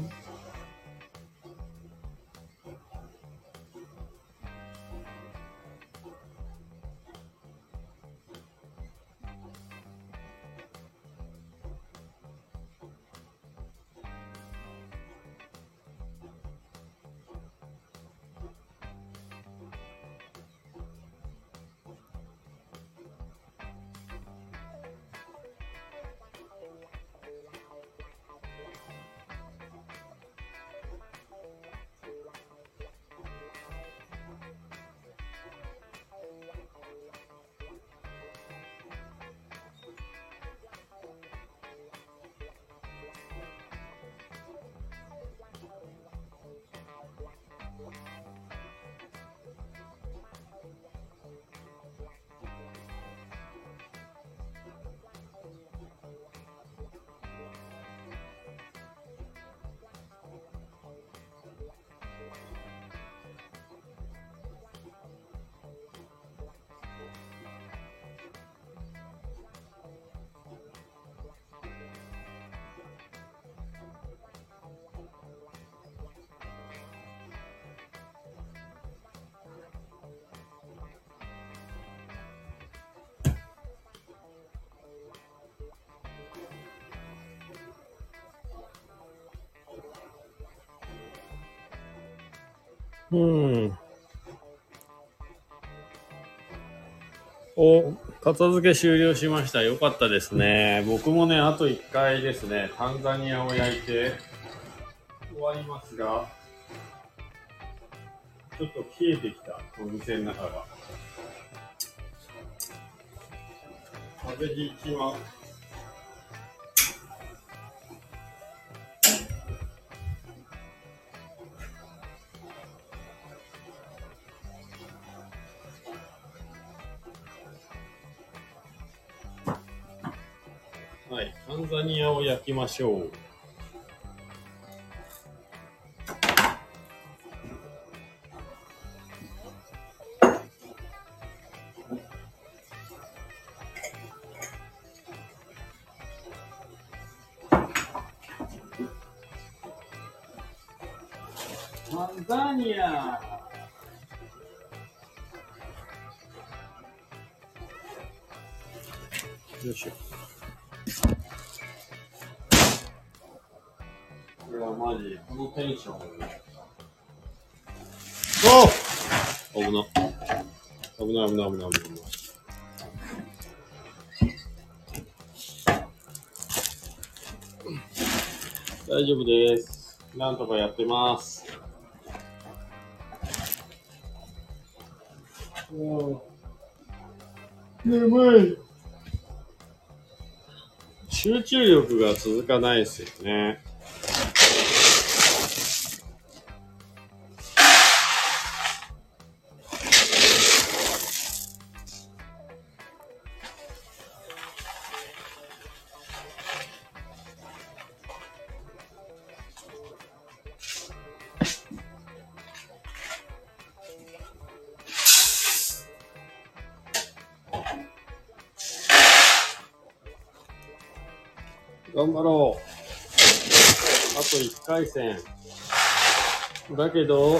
片付け終了しました。よかったですね。僕もね、あと1回ですね、タンザニアを焼いて終わりますが、ちょっと冷えてきた、お店の中が。風邪ひきます。はい、タンザニアを焼きましょう。タンザニア。よいしょ。これはマジ、このテンション。お危な。危ない。大丈夫です。なんとかやってます。眠い。集中力が続かないですよね。 頑張ろう。あと1回戦。だけど、終わ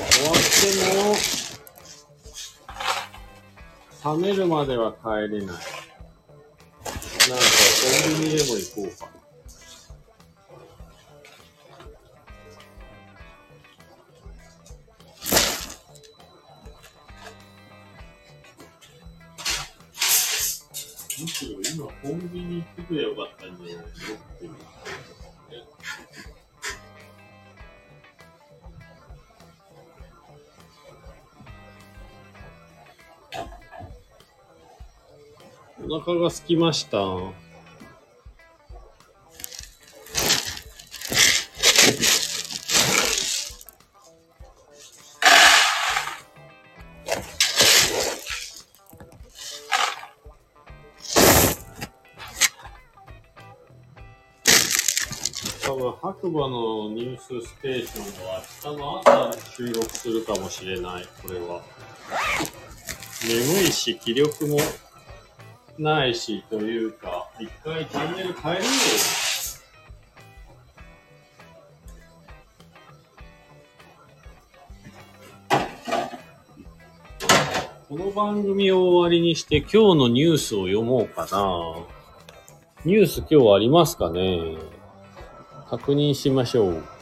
っても、冷めるまでは帰れない。なんか、コンビニでも行こうか。むしろ今コンビニ行ってくればよかったんじゃないのっていう。お腹が空きました。多分白馬のニュースステーションは明日の朝収録するかもしれない。これは眠いし気力もないしというか、一回チャンネル変えるよ。この番組を終わりにして今日のニュースを読もうかな。ニュース今日ありますかね。確認しましょう。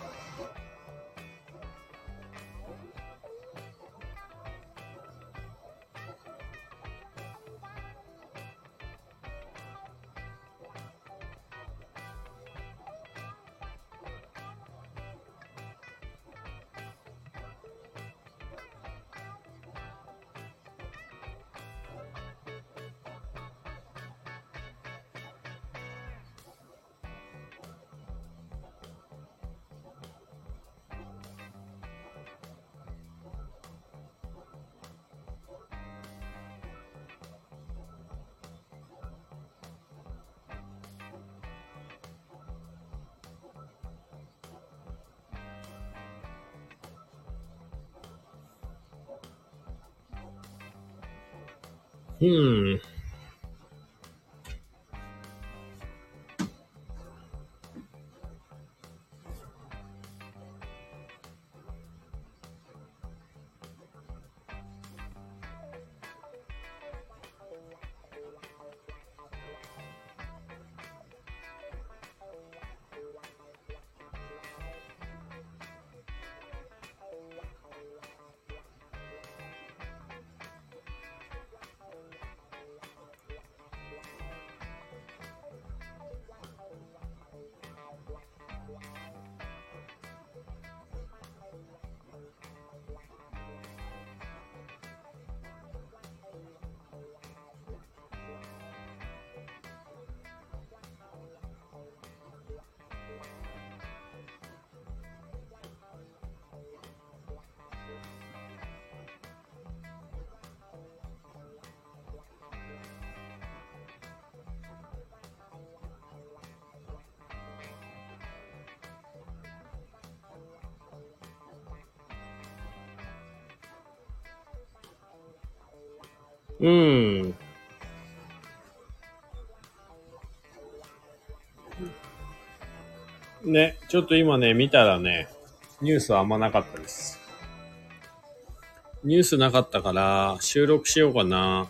ね、ちょっと今ね、見たらね、ニュースはあんまなかったです。ニュースなかったから、収録しようかな。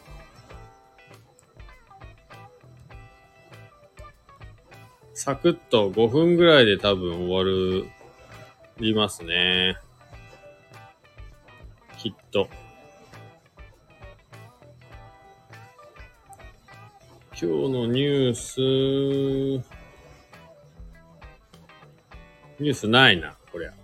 サクッと5分ぐらいで多分終わりますね。きっと。今日のニュースないな、こりゃ。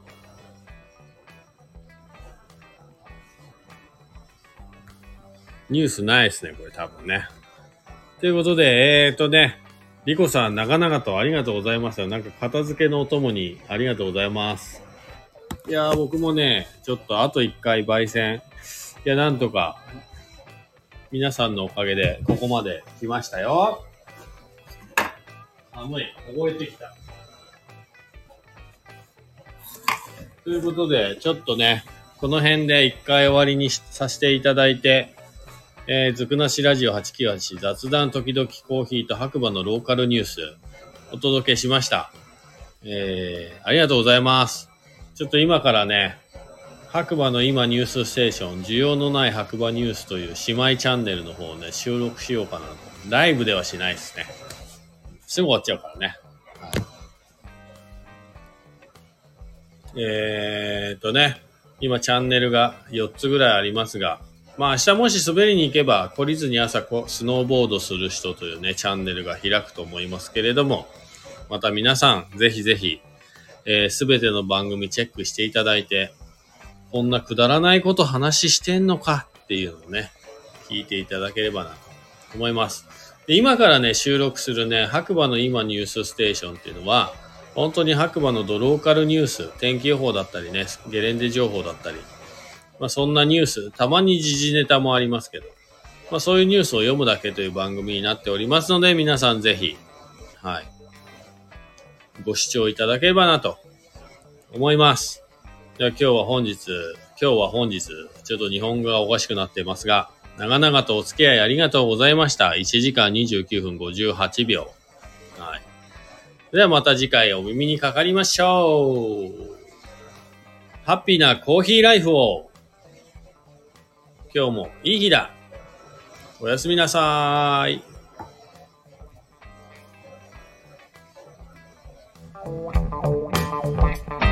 ニュースないですね、これ多分ね。ということで、リコさん、長々とありがとうございました。なんか片付けのお供にありがとうございます。いやー、僕もね、ちょっとあと1回焙煎。いや、なんとか、皆さんのおかげでここまで来ましたよ。寒い。凍えてきた。ということで、ちょっとね、この辺で1回終わりにさせていただいて、ずくなしラジオ898雑談時々コーヒーと白馬のローカルニュース。 お届けしました。ありがとうございます。ちょっと今からね、白馬の今ニュースステーション、需要のない白馬ニュースという姉妹チャンネルの方をね、収録しようかなと。ライブではしないですね。すぐ終わっちゃうからね。今チャンネルが4つぐらいありますが、まあ明日もし滑りに行けば懲りずに朝スノーボードする人というね、チャンネルが開くと思いますけれども、また皆さんぜひぜひ、すべての番組チェックしていただいて、こんなくだらないこと話してんのかっていうのをね、聞いていただければなと思います。で、今からね、収録するね、白馬の今ニュースステーションっていうのは、本当に白馬のドローカルニュース、天気予報だったりね、ゲレンデ情報だったり、まあそんなニュース、たまに時事ネタもありますけど、まあそういうニュースを読むだけという番組になっておりますので、皆さんぜひ、はい、ご視聴いただければなと思います。では今日は本日、ちょっと日本語がおかしくなっていますが、長々とお付き合いありがとうございました。1時間29分58秒。はい。ではまた次回お耳にかかりましょう。ハッピーなコーヒーライフを。今日もいい日だ。おやすみなさーい。